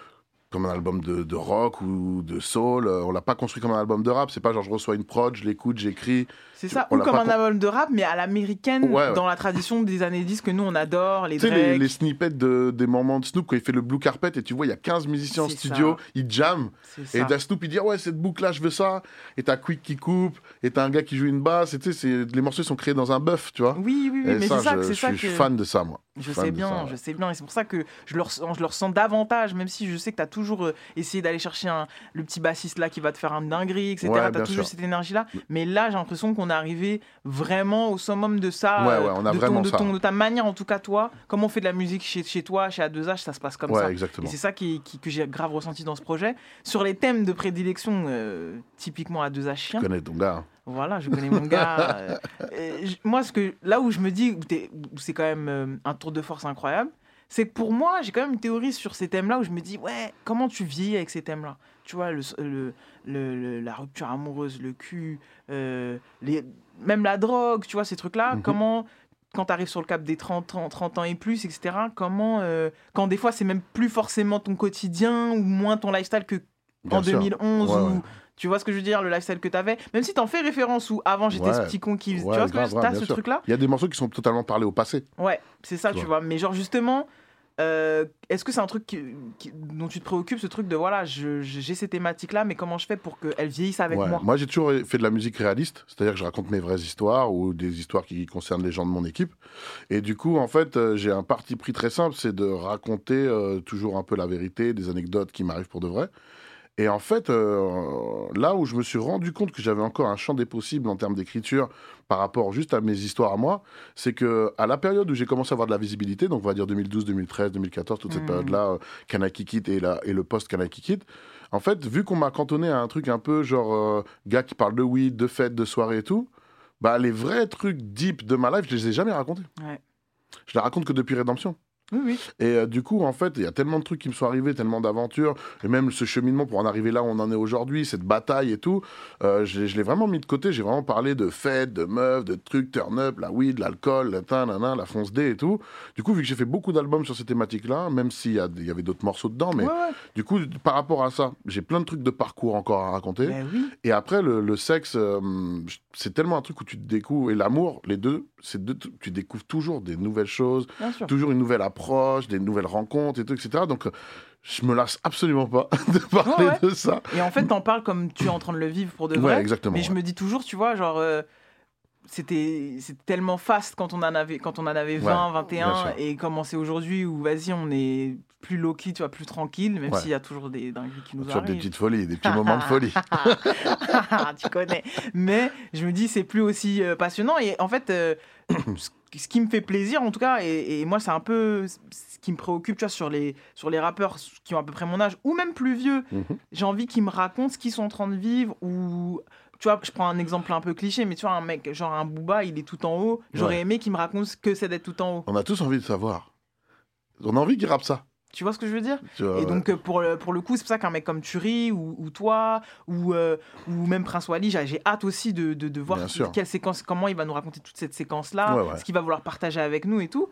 rock ou de soul. On l'a pas construit comme un album de rap. C'est pas genre je reçois une prod, je l'écoute, j'écris. C'est ça, ou comme un album de rap, mais à l'américaine, dans la tradition des années 10 que nous on adore, les Drake. Tu sais, les snippets des moments de Snoop quand il fait le Blue Carpet et tu vois, il y a 15 musiciens en studio, ils jamment. Et t'as Snoop, il dit ouais, cette boucle-là, je veux ça. Et t'as Quick qui coupe, et t'as un gars qui joue une basse. Et tu sais, les morceaux sont créés dans un bœuf, tu vois. Oui, mais c'est ça que je suis fan de ça, moi. Je sais bien. Et c'est pour ça que je le ressens davantage, même si je sais que t'as toujours essayé d'aller chercher le petit bassiste là qui va te faire un dinguerie, etc. T'as toujours cette énergie-là. Mais là, j'ai l'impression qu'on est arrivé vraiment au summum de ça, on a de ta manière, en tout cas toi, comment on fait de la musique chez toi, chez A2H, ça se passe comme ça. Exactement. Et c'est ça que j'ai grave ressenti dans ce projet. Sur les thèmes de prédilection, typiquement A2H chien. Tu connais ton gars. Voilà, je connais mon gars. Moi, là où je me dis, c'est quand même un tour de force incroyable, c'est que pour moi, j'ai quand même une théorie sur ces thèmes-là où je me dis, ouais, comment tu vis avec ces thèmes-là ? Tu vois, la rupture amoureuse, le cul, même la drogue, tu vois, ces trucs-là, comment, quand tu arrives sur le cap des 30 ans et plus, etc., comment, quand des fois, c'est même plus forcément ton quotidien ou moins ton lifestyle que en 2011 ou Tu vois ce que je veux dire, le lifestyle que t'avais. Même si t'en fais référence ou avant j'étais ce petit con qui... tu vois ce que je veux dire, t'as ce truc-là. Il y a des morceaux qui sont totalement parlés au passé. Ouais, c'est ça, tu vois. Mais genre justement, est-ce que c'est un truc dont tu te préoccupes, ce truc de voilà, j'ai ces thématiques-là, mais comment je fais pour qu'elles vieillissent avec moi? Moi, j'ai toujours fait de la musique réaliste, c'est-à-dire que je raconte mes vraies histoires ou des histoires qui concernent les gens de mon équipe. Et du coup, en fait, j'ai un parti pris très simple, c'est de raconter toujours un peu la vérité, des anecdotes qui m'arrivent pour de vrai. Et en fait, là où je me suis rendu compte que j'avais encore un champ des possibles en termes d'écriture par rapport juste à mes histoires à moi, c'est qu'à la période où j'ai commencé à avoir de la visibilité, donc on va dire 2012, 2013, 2014, toute cette période-là, Can I Kick It et le post-Can I Kick It, en fait, vu qu'on m'a cantonné à un truc un peu genre gars qui parle de weed, de fêtes, de soirées et tout, bah les vrais trucs deep de ma life, je les ai jamais racontés. Ouais. Je les raconte que depuis Rédemption. Oui. Et du coup, en fait, il y a tellement de trucs qui me sont arrivés, tellement d'aventures, et même ce cheminement pour en arriver là où on en est aujourd'hui, cette bataille et tout, je l'ai vraiment mis de côté. J'ai vraiment parlé de fêtes, de meufs, de trucs, turn-up, la weed, l'alcool, la fonce D et tout. Du coup, vu que j'ai fait beaucoup d'albums sur ces thématiques-là, même s'il y avait d'autres morceaux dedans, mais du coup, par rapport à ça, j'ai plein de trucs de parcours encore à raconter. Oui. Et après, le sexe, c'est tellement un truc où tu te découvres, et l'amour, les deux, tu découvres toujours des nouvelles choses, toujours une nouvelle approche, des nouvelles rencontres et tout, etc. Donc, je me lasse absolument pas de parler de ça. Et en fait, t'en parles comme tu es en train de le vivre pour de vrai. Ouais, exactement. Mais je me dis toujours, tu vois, genre, c'était tellement fast quand on en avait 20, 21, et comment c'est aujourd'hui où, vas-y, on est plus low-key, tu vois, plus tranquille, même s'il y a toujours des dingueries qui nous arrivent. Des petites folies, des petits moments de folie. Tu connais. Mais je me dis, c'est plus aussi passionnant. Et en fait, ce qui me fait plaisir, en tout cas, et moi, c'est un peu ce qui me préoccupe, tu vois, sur les rappeurs qui ont à peu près mon âge, ou même plus vieux. J'ai envie qu'ils me racontent ce qu'ils sont en train de vivre, ou... Tu vois, je prends un exemple un peu cliché, mais tu vois, un mec, genre un Booba, il est tout en haut. J'aurais aimé qu'il me raconte ce que c'est d'être tout en haut. On a tous envie de savoir. On a envie qu'il rappe ça. Tu vois ce que je veux dire? vois, et donc, pour le coup, c'est pour ça qu'un mec comme Turi ou toi, ou même Prince Wally, j'ai hâte aussi de voir quelle séquence, comment il va nous raconter toute cette séquence-là, ce qu'il va vouloir partager avec nous et tout.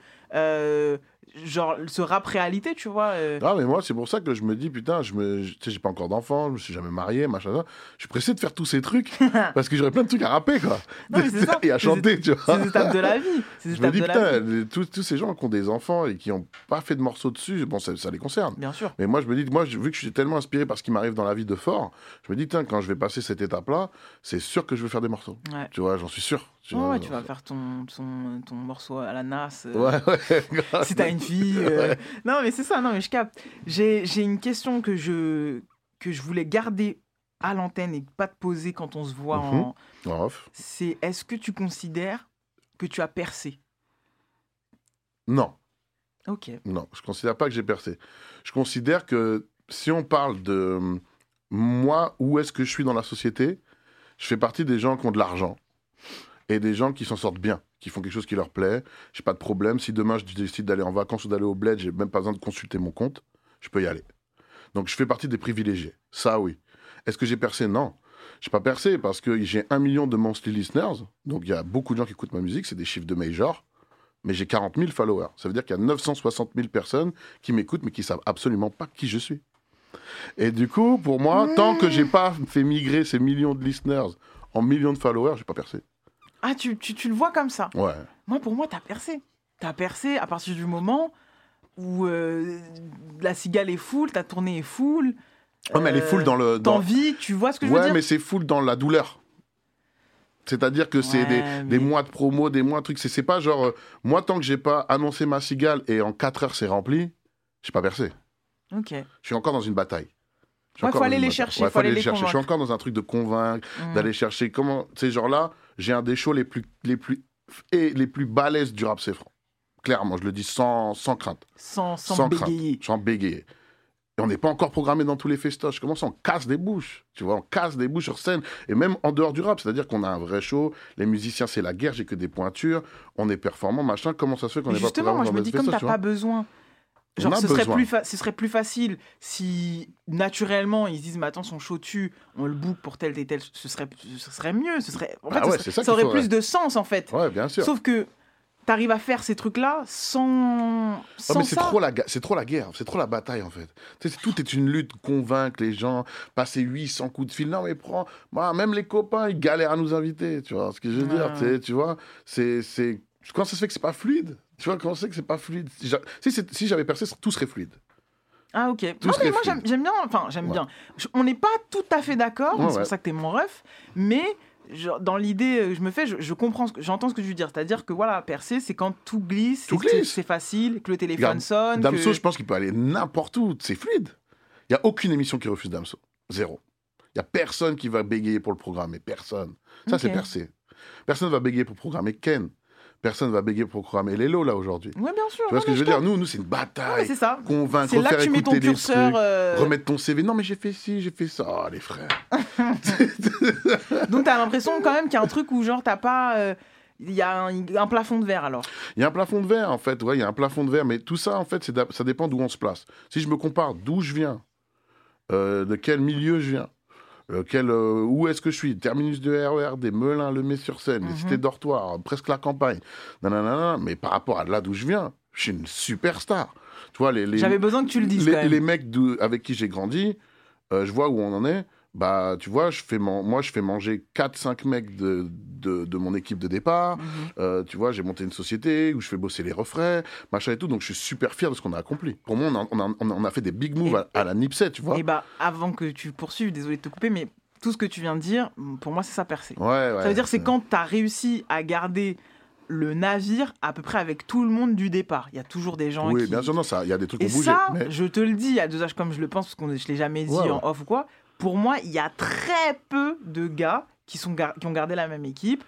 Genre, ce rap réalité, tu vois. Ah, mais moi, c'est pour ça que je me dis, putain, tu sais, j'ai pas encore d'enfant, je me suis jamais marié, machin, ça. Je suis pressé de faire tous ces trucs, parce que j'aurais plein de trucs à rapper, quoi. Non, mais c'est ça. Et à chanter, tu vois. C'est des étapes de la vie. Je me dis, putain, tous ces gens qui ont des enfants et qui ont pas fait de morceaux dessus, bon, ça les concerne. Bien sûr. Mais moi, je me dis, vu que je suis tellement inspiré par ce qui m'arrive dans la vie de fort, je me dis, tiens, quand je vais passer cette étape-là, c'est sûr que je vais faire des morceaux. Ouais. Tu vois, j'en suis sûr. Tu vas faire ton morceau à la Nas. Ouais. Si t'as une fille. Non, mais c'est ça, non, mais je capte. J'ai une question que je voulais garder à l'antenne et pas te poser quand on se voit en off. C'est, est-ce que tu considères que tu as percé? Non. Ok. Non, je considère pas que j'ai percé. Je considère que si on parle de moi, où est-ce que je suis dans la société, je fais partie des gens qui ont de l'argent et des gens qui s'en sortent bien, qui font quelque chose qui leur plaît. J'ai pas de problème. Si demain je décide d'aller en vacances ou d'aller au bled, j'ai même pas besoin de consulter mon compte. Je peux y aller. Donc je fais partie des privilégiés. Ça, oui. Est-ce que j'ai percé? Non. J'ai pas percé parce que j'ai 1 million de monthly listeners. Donc il y a beaucoup de gens qui écoutent ma musique. C'est des chiffres de major. Mais j'ai 40 000 followers. Ça veut dire qu'il y a 960 000 personnes qui m'écoutent, mais qui savent absolument pas qui je suis. Et du coup, pour moi, tant que j'ai pas fait migrer ces millions de listeners en millions de followers, j'ai pas percé. Ah, tu le vois comme ça? Ouais. Moi, pour moi, t'as percé. T'as percé à partir du moment où la cigale est full, ta tournée est full. Oh, mais elle est full dans le... T'envie, tu vois ce que je veux dire? Ouais, mais c'est full dans la douleur. C'est-à-dire que c'est des mois de promo, des mois de trucs. C'est pas genre... moi, tant que j'ai pas annoncé ma cigale et en 4 heures c'est rempli, j'ai pas percé. Ok. Je suis encore dans une bataille. Il faut aller les chercher, il faut aller les chercher. Je suis encore dans un truc de convaincre, d'aller chercher comment... Tu sais, genre là, j'ai un des shows les plus balèzes du rap C-Franc. Clairement, je le dis sans crainte. Sans bégayer. Sans bégayer. Et on n'est pas encore programmé dans tous les festoches. Comment ça, on casse des bouches? Tu vois, on casse des bouches sur scène. Et même en dehors du rap, c'est-à-dire qu'on a un vrai show. Les musiciens, c'est la guerre, j'ai que des pointures. On est performant, machin. Comment ça se fait qu'on n'est pas programmé dans les festoches? Justement, moi, je me dis, comme t'as pas besoin... Genre, ce serait plus facile si, naturellement, ils se disent, mais attends, son show tue, on le book pour tel et tel, ce serait mieux. En fait, ça aurait plus de sens, en fait. Ouais, bien sûr. Sauf que, t'arrives à faire ces trucs-là sans mais c'est ça. trop la guerre, c'est trop la bataille en fait. Tu sais, tout est une lutte, convaincre les gens, passer 800 coups de fil. Non mais prends, même les copains, ils galèrent à nous inviter, tu vois ce que je veux dire, tu vois, c'est comment ça se fait que c'est pas fluide? Tu vois, comment ça se fait que c'est pas fluide? Si j'avais percé, tout serait fluide. Ah ok. Non, mais moi j'aime bien. On n'est pas tout à fait d'accord, c'est pour ça que t'es mon ref, mais dans l'idée je me fais, je comprends, j'entends ce que tu veux dire, c'est-à-dire que voilà, percer c'est quand tout glisse, c'est facile, que le téléphone sonne. Damso, je pense qu'il peut aller n'importe où, c'est fluide. Il y a aucune émission qui refuse Damso, zéro. Il y a personne qui va bégayer pour le programmer, personne. Ça c'est percé. Personne va bégayer pour programmer Ken. Personne va bégayer pour programmer Lelo, là, aujourd'hui. Oui, bien sûr. Tu vois ce que je veux dire? Nous, c'est une bataille. C'est ça. Convaincre, c'est là que tu mets ton curseur, remettre ton CV. Non, mais j'ai fait ci, j'ai fait ça. Oh, les frères. Donc, t'as l'impression quand même qu'il y a un truc où, genre, t'as pas... Il y a un plafond de verre, alors. Il y a un plafond de verre, en fait. Ouais, il y a un plafond de verre. Mais tout ça, en fait, ça dépend d'où on se place. Si je me compare d'où je viens, de quel milieu je viens, où est-ce que je suis? Terminus de RER, des Melun, le Mets-sur-Seine, les cités dortoirs, presque la campagne. Nanana, mais par rapport à là d'où je viens, je suis une superstar. Tu vois, j'avais besoin que tu le dises quand même. Les mecs avec qui j'ai grandi, je vois où on en est. Bah, tu vois, je fais manger 4-5 mecs de mon équipe de départ. Tu vois, j'ai monté une société où je fais bosser les refrains, machin et tout. Donc, je suis super fier de ce qu'on a accompli. Pour moi, on a fait des big moves à la Nipsey, tu vois. Et avant que tu poursuives, désolé de te couper, mais tout ce que tu viens de dire, pour moi, c'est ça percer. Ouais, ça veut dire c'est quand tu as réussi à garder le navire à peu près avec tout le monde du départ. Il y a toujours des gens qui... Oui, bien sûr, non, il y a des trucs qui ont bougé. Et ça, je te le dis à dosage comme je le pense, parce que je ne l'ai jamais dit en off ou quoi. Pour moi, il y a très peu de gars qui ont gardé la même équipe.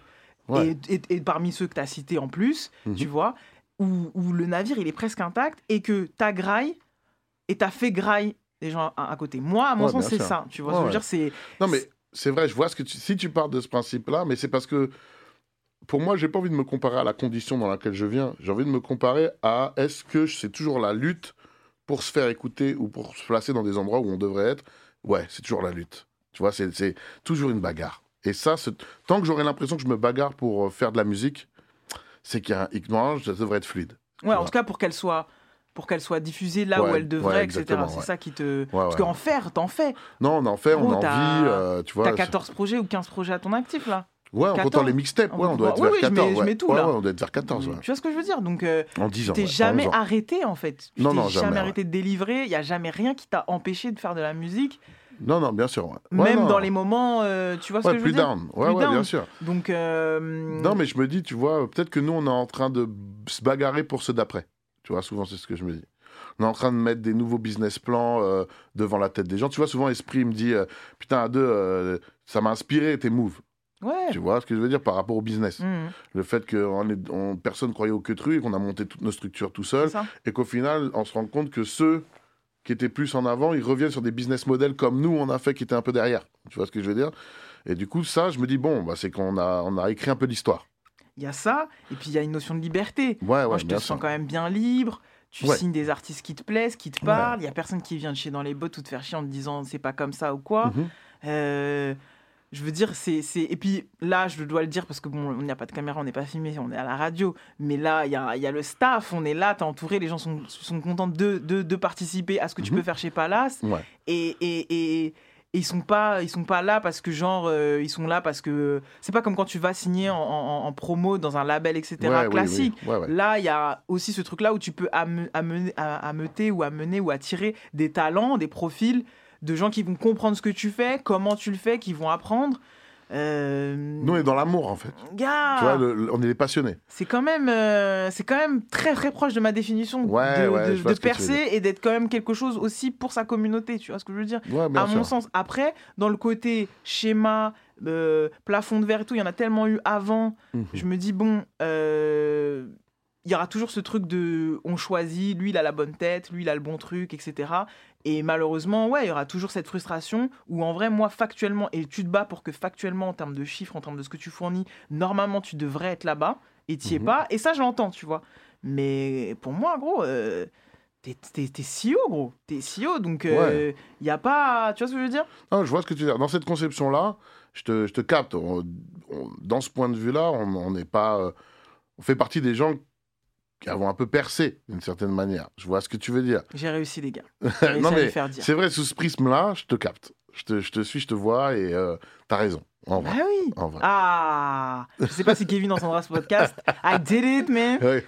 Et parmi ceux que tu as cités en plus, tu vois, où le navire, il est presque intact et que tu as graille et tu as fait graille des gens à côté. Moi, à mon sens, c'est ça. Tu vois, je veux dire, c'est... Non, mais c'est vrai, je vois si tu pars de ce principe-là, mais c'est parce que pour moi, j'ai pas envie de me comparer à la condition dans laquelle je viens. J'ai envie de me comparer à est-ce que c'est toujours la lutte pour se faire écouter ou pour se placer dans des endroits où on devrait être. Ouais, c'est toujours la lutte. Tu vois, c'est toujours une bagarre. Et ça, tant que j'aurai l'impression que je me bagarre pour faire de la musique, c'est qu'il y a ça devrait être fluide. Ouais, en tout cas, pour qu'elle soit diffusée là où elle devrait, etc. C'est ça qui te... Parce qu'en faire, t'en fais. Non, on en fait, on en vit. Tu vois, t'as 14 projets ou 15 projets à ton actif, là. Ouais, en comptant les mixtapes, on doit être vers 14. Je mets tout, là. On doit être vers 14, Tu vois ce que je veux dire? Donc, en 10 ans, t'es jamais arrêté, en fait. Tu t'es jamais arrêté de délivrer. Il n'y a jamais rien qui t'a empêché de faire de la musique. Non, bien sûr. Même dans les moments, tu vois ce que je veux dire? Plus down, bien sûr. Donc, non, mais je me dis, tu vois, peut-être que nous, on est en train de se bagarrer pour ceux d'après. Tu vois, souvent, c'est ce que je me dis. On est en train de mettre des nouveaux business plans devant la tête des gens. Tu vois, souvent, Esprit me dit, putain, ça m'a inspiré tes moves. Ouais. Tu vois ce que je veux dire par rapport au business. Le fait que personne ne croyait au queutru et qu'on a monté toutes nos structures tout seul. Et qu'au final, on se rend compte que ceux qui étaient plus en avant, ils reviennent sur des business models comme nous, on a fait, qui étaient un peu derrière. Tu vois ce que je veux dire? Et du coup, ça, je me dis, bon, c'est qu'on a écrit un peu l'histoire. Il y a ça, et puis il y a une notion de liberté. Moi, je te sens quand même bien libre. Tu signes des artistes qui te plaisent, qui te parlent. Il y a personne qui vient de chier dans les bottes ou te faire chier en te disant c'est pas comme ça ou quoi. Je veux dire, et puis là, je dois le dire parce que bon, on n'y a pas de caméra, on n'est pas filmé, on est à la radio. Mais là, il y a le staff, on est là, t'es entouré, les gens sont contents de participer à ce que tu peux faire chez Palace. Et ils sont pas là parce que genre, ils sont là parce que c'est pas comme quand tu vas signer en promo dans un label, etc. classique. Là, il y a aussi ce truc-là où tu peux ameuter ou amener ou attirer des talents, des profils de gens qui vont comprendre ce que tu fais, comment tu le fais, qui vont apprendre. Nous, on est dans l'amour, en fait. Gars, tu vois, on est des passionnés. C'est quand même très, très proche de ma définition de percer et d'être quand même quelque chose aussi pour sa communauté. Tu vois ce que je veux dire? À mon sens. Après, dans le côté schéma, plafond de verre et tout, il y en a tellement eu avant. Je me dis, bon... il y aura toujours ce truc de on choisit, lui il a la bonne tête, lui il a le bon truc, etc. Et malheureusement, il y aura toujours cette frustration où en vrai, moi factuellement, et tu te bats pour que factuellement, en termes de chiffres, en termes de ce que tu fournis, normalement tu devrais être là-bas et t'y es pas. Et ça, je l'entends, tu vois. Mais pour moi, gros, t'es CEO, gros. T'es CEO, donc il n'y a pas... Tu vois ce que je veux dire? Non, je vois ce que tu veux dire. Dans cette conception-là, je te capte. Dans ce point de vue-là, on n'est pas... On fait partie des gens qui avons un peu percé, d'une certaine manière. Je vois ce que tu veux dire. J'ai réussi, les gars. J'ai réussi non, à mais les faire dire. c'est vrai, sous ce prisme-là, je te capte. Je te suis, je te vois, et t'as raison. En vrai. Ah oui. En vrai. Ah, je sais pas si Kevin entendra ce podcast. I did it, man. Ouais,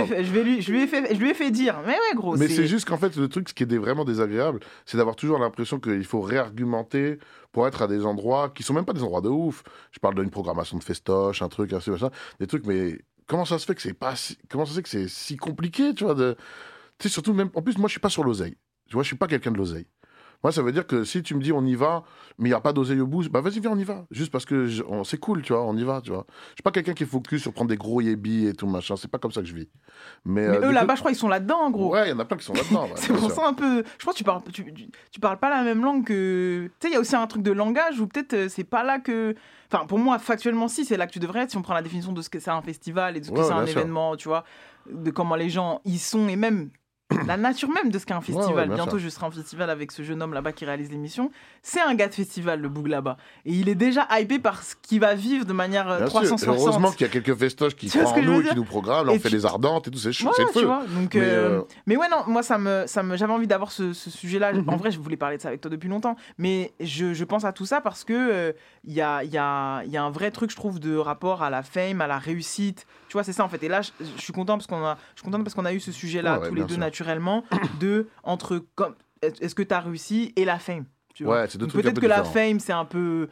je lui ai fait dire. Mais ouais, gros. Mais c'est juste qu'en fait, le truc, ce qui est vraiment désagréable, c'est d'avoir toujours l'impression qu'il faut réargumenter pour être à des endroits qui sont même pas des endroits de ouf. Je parle d'une programmation de festoche, un truc, ainsi, machin, des trucs, mais comment ça se fait que c'est pas comment ça se fait que c'est si compliqué, tu vois, tu sais, surtout même, en plus, moi, je suis pas sur l'oseille. Tu vois, je suis pas quelqu'un de l'oseille. Moi, ça veut dire que si tu me dis on y va, mais il n'y a pas d'oseille au bout, bah vas-y, viens, on y va. Juste parce que c'est cool, tu vois, on y va, tu vois. Je suis pas quelqu'un qui est focus sur prendre des gros yébis et tout, machin. C'est pas comme ça que je vis. Mais eux, là-bas, je crois, ils sont là-dedans, en gros. Ouais, il y en a plein qui sont là-dedans. Ouais, c'est pour ça un peu... Je pense que tu parles pas la même langue que... Tu sais, il y a aussi un truc de langage où peut-être c'est pas là que... Enfin, pour moi, factuellement, si, c'est là que tu devrais être, si on prend la définition de ce que c'est un festival et de ce que c'est un événement, tu vois, de comment les gens y sont et même... la nature même de ce qu'est un festival. Bientôt, je serai en festival avec ce jeune homme là-bas qui réalise l'émission. C'est un gars de festival, le Boug là-bas. Et il est déjà hypé par ce qu'il va vivre de manière 360. Heureusement qu'il y a quelques festoches qui croient en nous et qui nous programment. Là, on fait les ardentes et tout, c'est chaud, c'est le feu. Donc, mais ouais, non, moi, j'avais envie d'avoir ce sujet-là. En vrai, je voulais parler de ça avec toi depuis longtemps. Mais je pense à tout ça parce que il y a un vrai truc, je trouve, de rapport à la fame, à la réussite. Tu vois, c'est ça en fait. Et là, je suis content parce qu'on a eu ce sujet-là tous les deux naturellement entre est-ce que tu as réussi et la fame. Tu vois. C'est deux trucs peut-être un peu que différents. la fame c'est un peu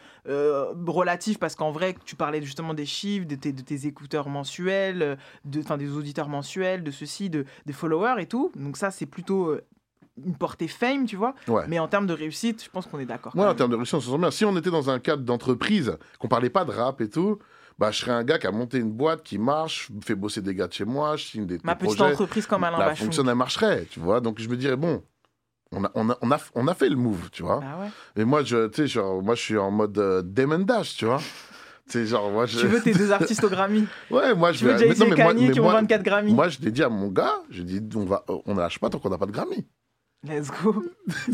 relatif parce qu'en vrai tu parlais justement des chiffres, de tes écouteurs mensuels, des auditeurs mensuels, de ceci, des followers et tout. Donc ça c'est plutôt une portée fame, tu vois. Mais en termes de réussite, je pense qu'on est d'accord. Ouais, en termes de réussite, on se sent bien. Si on était dans un cadre d'entreprise, qu'on parlait pas de rap et tout, bah, je serais un gars qui a monté une boîte qui marche, fait bosser des gars de chez moi, je signe des projets. Ma petite entreprise comme Alain Bachung. La fonction, elle marcherait, tu vois. Donc je me dirais, bon, on a fait le move, tu vois. Ah ouais. Et moi, je suis en mode Damon Dash, tu vois. Genre, Tu veux tes 2 artistes au Grammy. Ouais, moi je veux Jay-Z et Kanye qui ont 24 Grammy. Moi, je l'ai dit à mon gars, j'ai dit, on ne lâche pas tant qu'on n'a pas de Grammy. Let's go.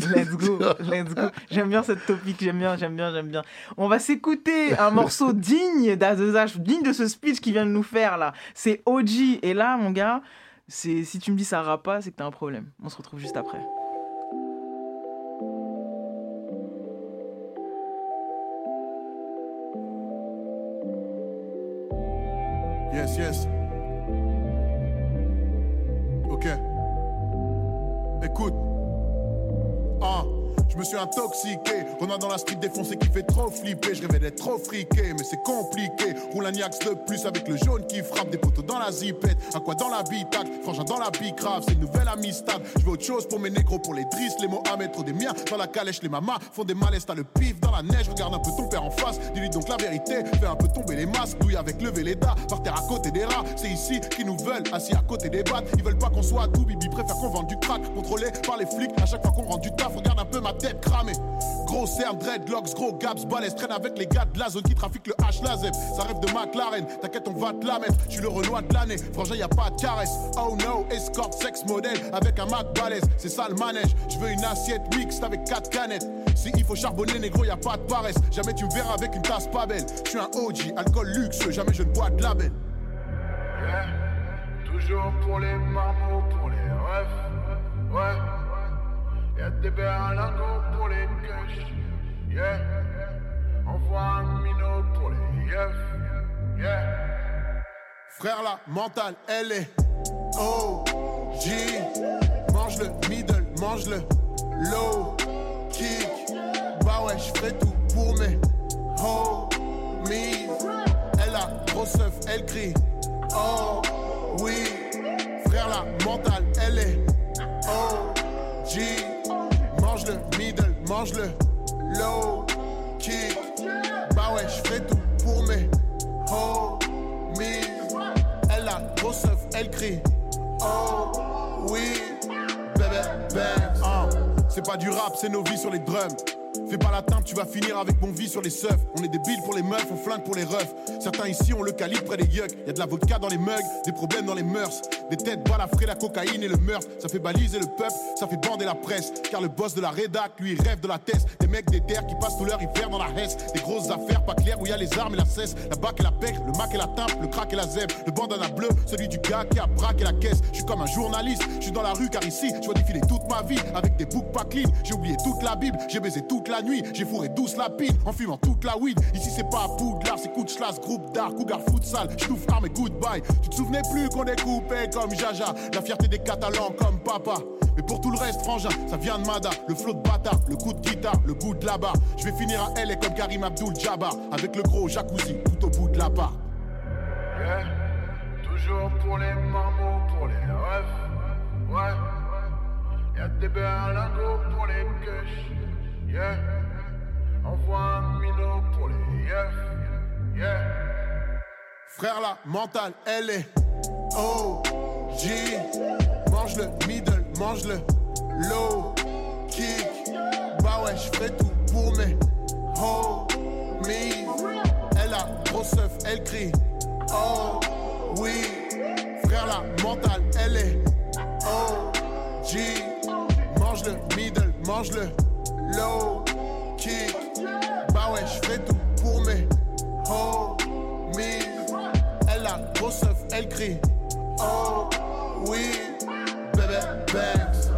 J'aime bien cette topic, j'aime bien. On va s'écouter un morceau digne d'Azezash, digne de ce speech qu'il vient de nous faire là. C'est OG. Et là, mon gars, si tu me dis ça rappe pas, c'est que t'as un problème. On se retrouve juste après. Yes. Ok. Écoute. Je me suis intoxiqué, renard dans la street défoncé qui fait trop flipper. Je rêvais d'être trop friqué, mais c'est compliqué. Roule un Niax de plus avec le jaune qui frappe. Des poteaux dans la zipette, un quoi dans la bitacle, frangin dans la bicrave. C'est une nouvelle amistad. Je veux autre chose pour mes négros, pour les Driss, les Mohamed, trop des miens. Dans la calèche, les mamas font des malaises. T'as le pif dans la neige, regarde un peu ton père en face. Dis-lui donc la vérité, fais un peu tomber les masques. Douille avec lever les dats, par terre à côté des rats. C'est ici qu'ils nous veulent, assis à côté des battes. Ils veulent pas qu'on soit tout, Bibi préfère qu'on vende du crack. Contrôlé par les flics, à chaque fois qu'on rend du taf, regarde un peu ma tête cramée. Gros cerne, dreadlocks, gros gaps, balèze. Traîne avec les gars de la zone qui trafiquent le H, la Z. Ça rêve de McLaren, t'inquiète on va te la mettre. Je suis le Renoir de l'année, frangin y'a pas de caresse. Oh no, escort, sex modèle avec un Mac balèze. C'est ça le manège, je veux une assiette mixte avec 4 canettes. Si il faut charbonner négro y'a pas de paresse. Jamais tu me verras avec une tasse pas belle. Je suis un OG, alcool luxueux, jamais je ne bois de label. Toujours pour les marmots, pour les refs. Ouais. Y'a des berlingots pour les gueuches, yeah. Envoie un minot pour les yeufs, yeah. Frère la mentale, elle est OG. Mange le middle, mange le low kick. Bah ouais, j'ferai tout pour mes homies. Elle a grosse œuf, elle crie oh oui. Frère la mentale, elle est OG. Mange le middle, mange le low kick. Bah ouais, j'fais tout pour mes homies. Elle a grosse œuf, elle crie oh oui. Bébé, bébé, c'est pas du rap, c'est nos vies sur les drums. Fais pas la teinte, tu vas finir avec mon vie sur les seufs. On est débiles pour les meufs, on flingue pour les refs. Certains ici ont le calibre près des yucks. Y'a de la vodka dans les mugs, des problèmes dans les mœurs. Des têtes balafrées, la cocaïne et le meurtre. Ça fait baliser le peuple, ça fait bander la presse. Car le boss de la rédac, lui, il rêve de la thèse. Des mecs des terres qui passent tout leur hiver dans la Hesse. Des grosses affaires pas claires où y a les armes et la cesse. La bac et la pègre, le mac et la timpe, le crack et la zèbre. Le bandana bleu, celui du gars qui a braqué la caisse. Je suis comme un journaliste, je suis dans la rue car ici, je vois défiler toute ma vie avec des boucs pas clean. J'ai oublié toute la Bible, j'ai baisé toute la nuit, j'ai fourré douce la pine en fumant toute la weed. Ici c'est pas à Poudlard, c'est Couchlas, groupe d'art, Cougar futsal, j'touffe arme et goodbye. Tu te souvenais plus qu'on est coupé comme Jaja, la fierté des Catalans comme papa. Mais pour tout le reste, frangin, ça vient de Mada. Le flow de bâtard, le coup de guitare, le goût de là-bas. Je vais finir à LA comme Karim Abdul-Jabbar, avec le gros jacuzzi tout au bout de la part. Yeah. Toujours pour les marmots, pour les refs. Ouais. Y'a des berlingots pour les queues. Yeah. Envoie un minot pour les yeux. Yeah. Frère la mentale, elle est OG. Mange le middle, mange le low kick. Bah ouais, j'fais tout pour mes homies. Elle a gros seuf, elle crie oh oui. Frère la mentale, elle est OG. Mange le middle, mange le low kick. Bah ouais, j'fais tout pour mes homies. Elle a gros seuf, elle crie oh oui. Baby banks.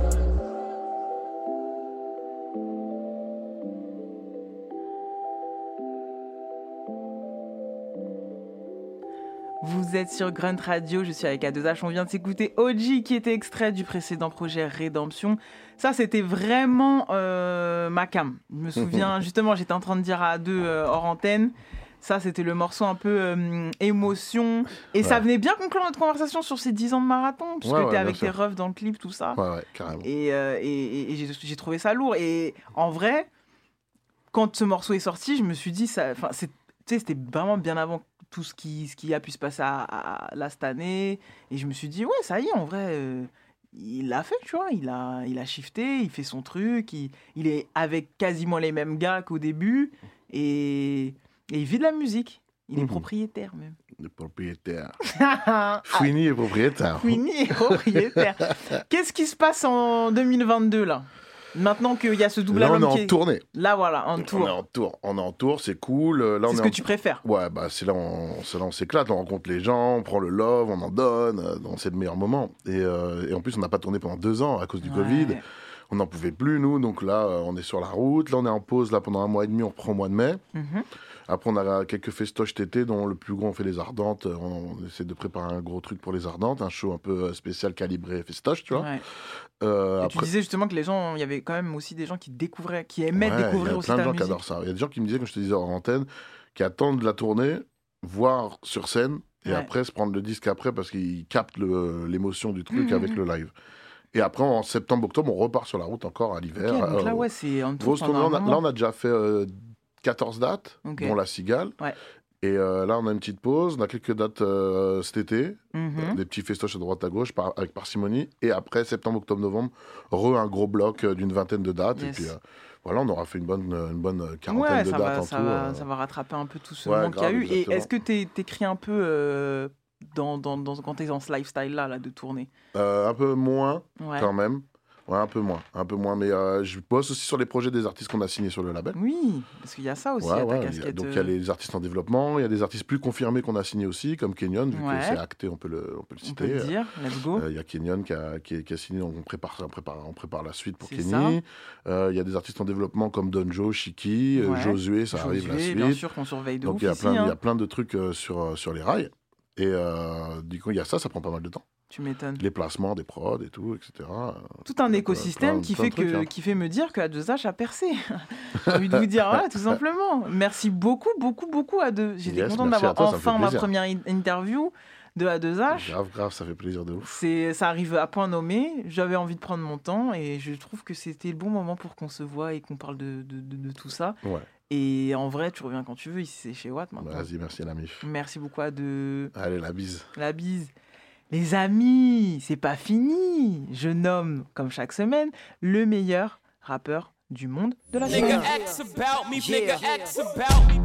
Vous êtes sur Grunt Radio, je suis avec A2H, on vient de s'écouter OG qui était extrait du précédent projet Rédemption. Ça c'était vraiment ma cam. Je me souviens justement, j'étais en train de dire à A2 hors antenne, ça c'était le morceau un peu émotion. Et ça venait bien conclure notre conversation sur ces 10 ans de marathon, parce que t'es avec tes refs dans le clip, tout ça. Ouais, carrément. Et j'ai trouvé ça lourd. Et en vrai, quand ce morceau est sorti, je me suis dit, c'était vraiment bien avant tout ce qui a pu se passer là cette année. Et je me suis dit, ouais, ça y est, en vrai, il l'a fait, tu vois. Il a shifté, il fait son truc. Il est avec quasiment les mêmes gars qu'au début. Et il vit de la musique. Il est propriétaire, même. Il est propriétaire. Fouini est propriétaire. Fouini est propriétaire. Qu'est-ce qui se passe en 2022, là ? Maintenant qu'il y a ce double album on est en tournée. Là, voilà, en tour. On est en tour, c'est cool. Là, c'est ce que tu préfères. Ouais, bah, c'est là on s'éclate, on rencontre les gens, on prend le love, on en donne. C'est le meilleur moment. Et en plus, on n'a pas tourné pendant 2 ans à cause du Covid. On n'en pouvait plus, nous. Donc là, on est sur la route. Là, on est en pause là, pendant 1 mois et demi. On reprend au mois de mai. Après, on a quelques festoches cet été, dont le plus gros, on fait les Ardentes. On essaie de préparer un gros truc pour les Ardentes, un show un peu spécial calibré festoche, tu vois. Ouais. Après... Tu disais justement que les gens, il y avait quand même aussi des gens qui découvraient, qui aimaient découvrir aussi ta musique. Il y a plein de gens qui adorent ça. Il y a des gens qui me disaient, comme je te disais en antenne, qui attendent la tournée, voir sur scène, et après se prendre le disque après, parce qu'ils captent l'émotion du truc avec le live. Et après, en septembre-octobre, on repart sur la route encore à l'hiver. Okay, donc là, ouais, c'est en tout cas. Là, on a déjà fait 14 dates, dont la Cigale. Ouais. Et là, on a une petite pause. On a quelques dates cet été. Des petits festoches à droite à gauche avec parcimonie. Et après, septembre, octobre, novembre, un gros bloc d'une 20aine de dates. Et puis voilà, on aura fait une bonne quarantaine de dates en tout. Ça va rattraper un peu tout ce monde qu'il y a eu. Exactement. Et est-ce que t'écris un peu quand t'es dans ce lifestyle-là de tourner un peu moins, quand même. Ouais, un peu moins. Mais je bosse aussi sur les projets des artistes qu'on a signés sur le label. Oui, parce qu'il y a ça aussi, ta casquette. Donc il y a les artistes en développement, il y a des artistes plus confirmés qu'on a signés aussi, comme Kenyon, vu que c'est acté, on peut le citer. On peut le dire, let's go. Il y a Kenyon qui a signé, donc on prépare la suite pour Kenny. Il y a des artistes en développement comme Donjo, Shiki, Josué, ça arrive la suite. Bien sûr qu'on surveille de ouf. Donc il y a plein de trucs sur les rails. Et du coup, il y a ça prend pas mal de temps. Tu m'étonnes. Les placements des prods et tout, etc. Tout un écosystème qui fait me dire que A2H a percé. J'ai envie de vous dire, voilà, tout simplement. Merci beaucoup A2. J'étais contente d'avoir enfin ma première interview de A2H. Grave, ça fait plaisir de ouf. Ça arrive à point nommé. J'avais envie de prendre mon temps et je trouve que c'était le bon moment pour qu'on se voit et qu'on parle de tout ça. Ouais. Et en vrai, tu reviens quand tu veux. Ici, c'est chez Watt maintenant. Vas-y, merci la mif. Merci beaucoup A2. Allez, la bise. La bise. Les amis, c'est pas fini. Je nomme, comme chaque semaine, le meilleur rappeur du monde de la semaine. Nigga X about me, nigga X about me.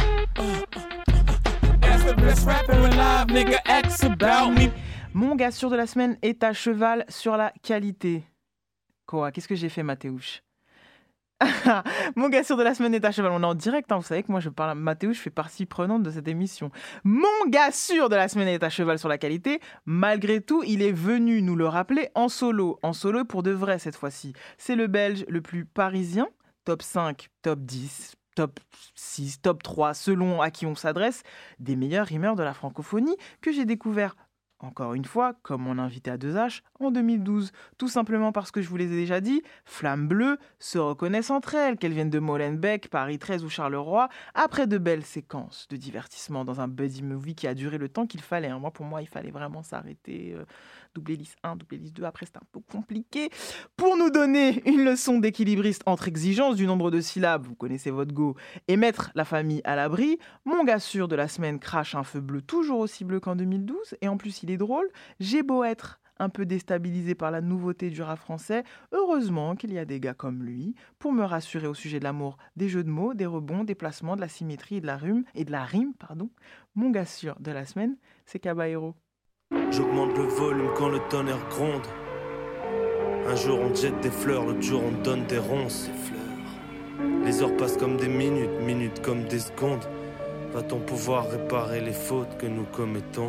That's the best rapper alive, nigga X about me. Mon gars sûr de la semaine est à cheval sur la qualité. Quoi? Qu'est-ce que j'ai fait, Mathéouche? Mon gars sûr de la semaine est à cheval. On est en direct, hein. Vous savez que moi je parle à Mathéouche, je fais partie prenante de cette émission. Mon gars sûr de la semaine est à cheval sur la qualité. Malgré tout, il est venu nous le rappeler en solo pour de vrai cette fois-ci. C'est le Belge le plus parisien, top 5, top 10, top 6, top 3, selon à qui on s'adresse, des meilleurs rimeurs de la francophonie que j'ai découvert. Encore une fois, comme mon invité à 2H, en 2012. Tout simplement parce que je vous les ai déjà dit, Flamme Bleue se reconnaissent entre elles, qu'elles viennent de Molenbeek, Paris 13 ou Charleroi, après de belles séquences de divertissement dans un buddy movie qui a duré le temps qu'il fallait. Moi, pour moi, il fallait vraiment s'arrêter. Double hélice 1, double hélice 2, après c'était un peu compliqué. Pour nous donner une leçon d'équilibriste entre exigence du nombre de syllabes, vous connaissez votre go, et mettre la famille à l'abri, mon gars sûr de la semaine crache un feu bleu toujours aussi bleu qu'en 2012, et en plus il est drôle. J'ai beau être un peu déstabilisé par la nouveauté du rap français, heureusement qu'il y a des gars comme lui pour me rassurer au sujet de l'amour, des jeux de mots, des rebonds, des placements, de la symétrie et de la rime. Mon gars sûr de la semaine, c'est Caballero. J'augmente le volume quand le tonnerre gronde. Un jour on jette des fleurs, l'autre jour on donne des ronces. Les heures passent comme des minutes, minutes comme des secondes. Va-t-on pouvoir réparer les fautes que nous commettons?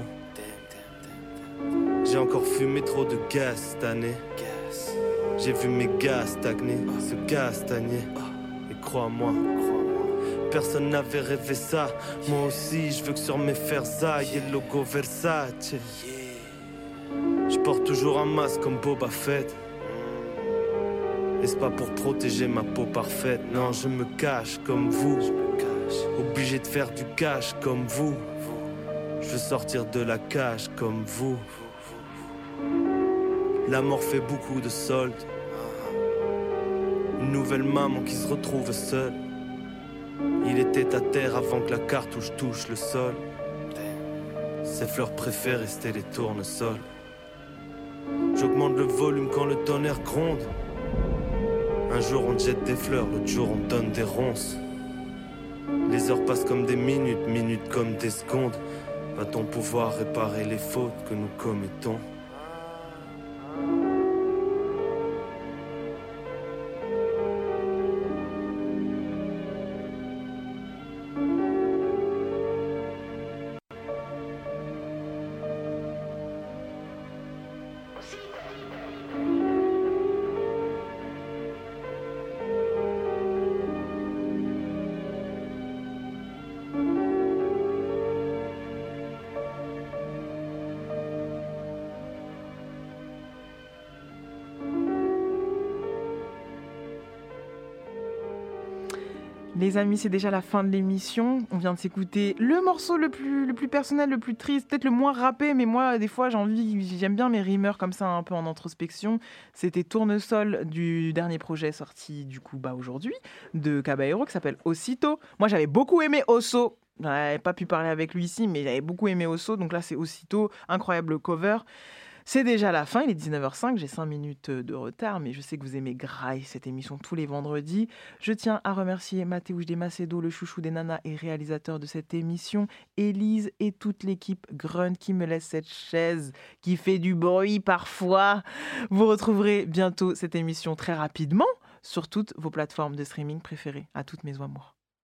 J'ai encore fumé trop de gaz cette année. J'ai vu mes gars stagner, se castagner. Et crois-moi, personne n'avait rêvé ça. Moi aussi, je veux que sur mes fers aille le logo Versace. Je porte toujours un masque comme Boba Fett. Et c'est pas pour protéger ma peau parfaite. Non, je me cache comme vous. Obligé de faire du cash comme vous. Je veux sortir de la cage comme vous. La mort fait beaucoup de soldes. Une nouvelle maman qui se retrouve seule. Il était à terre avant que la cartouche touche le sol. Ses fleurs préférées c'était les tournesols. J'augmente le volume quand le tonnerre gronde. Un jour on jette des fleurs, l'autre jour on donne des ronces. Les heures passent comme des minutes, minutes comme des secondes. Va-t-on pouvoir réparer les fautes que nous commettons? Les amis, c'est déjà la fin de l'émission. On vient de s'écouter le morceau le plus personnel, le plus triste, peut-être le moins rappé, mais moi, des fois, j'aime bien mes rimeurs comme ça, un peu en introspection. C'était Tournesol du dernier projet sorti, du coup, aujourd'hui, de Caballero, qui s'appelle Aussitôt. Moi, j'avais beaucoup aimé Osso. J'avais pas pu parler avec lui ici, mais j'avais beaucoup aimé Osso. Donc là, c'est Aussitôt, incroyable cover. C'est déjà la fin, il est 19h05, j'ai 5 minutes de retard, mais je sais que vous aimez graille cette émission tous les vendredis. Je tiens à remercier Mathéouche Desmacedo, le chouchou des nanas et réalisateur de cette émission, Élise et toute l'équipe Grunt qui me laisse cette chaise qui fait du bruit parfois. Vous retrouverez bientôt cette émission très rapidement sur toutes vos plateformes de streaming préférées. À toutes mes amours.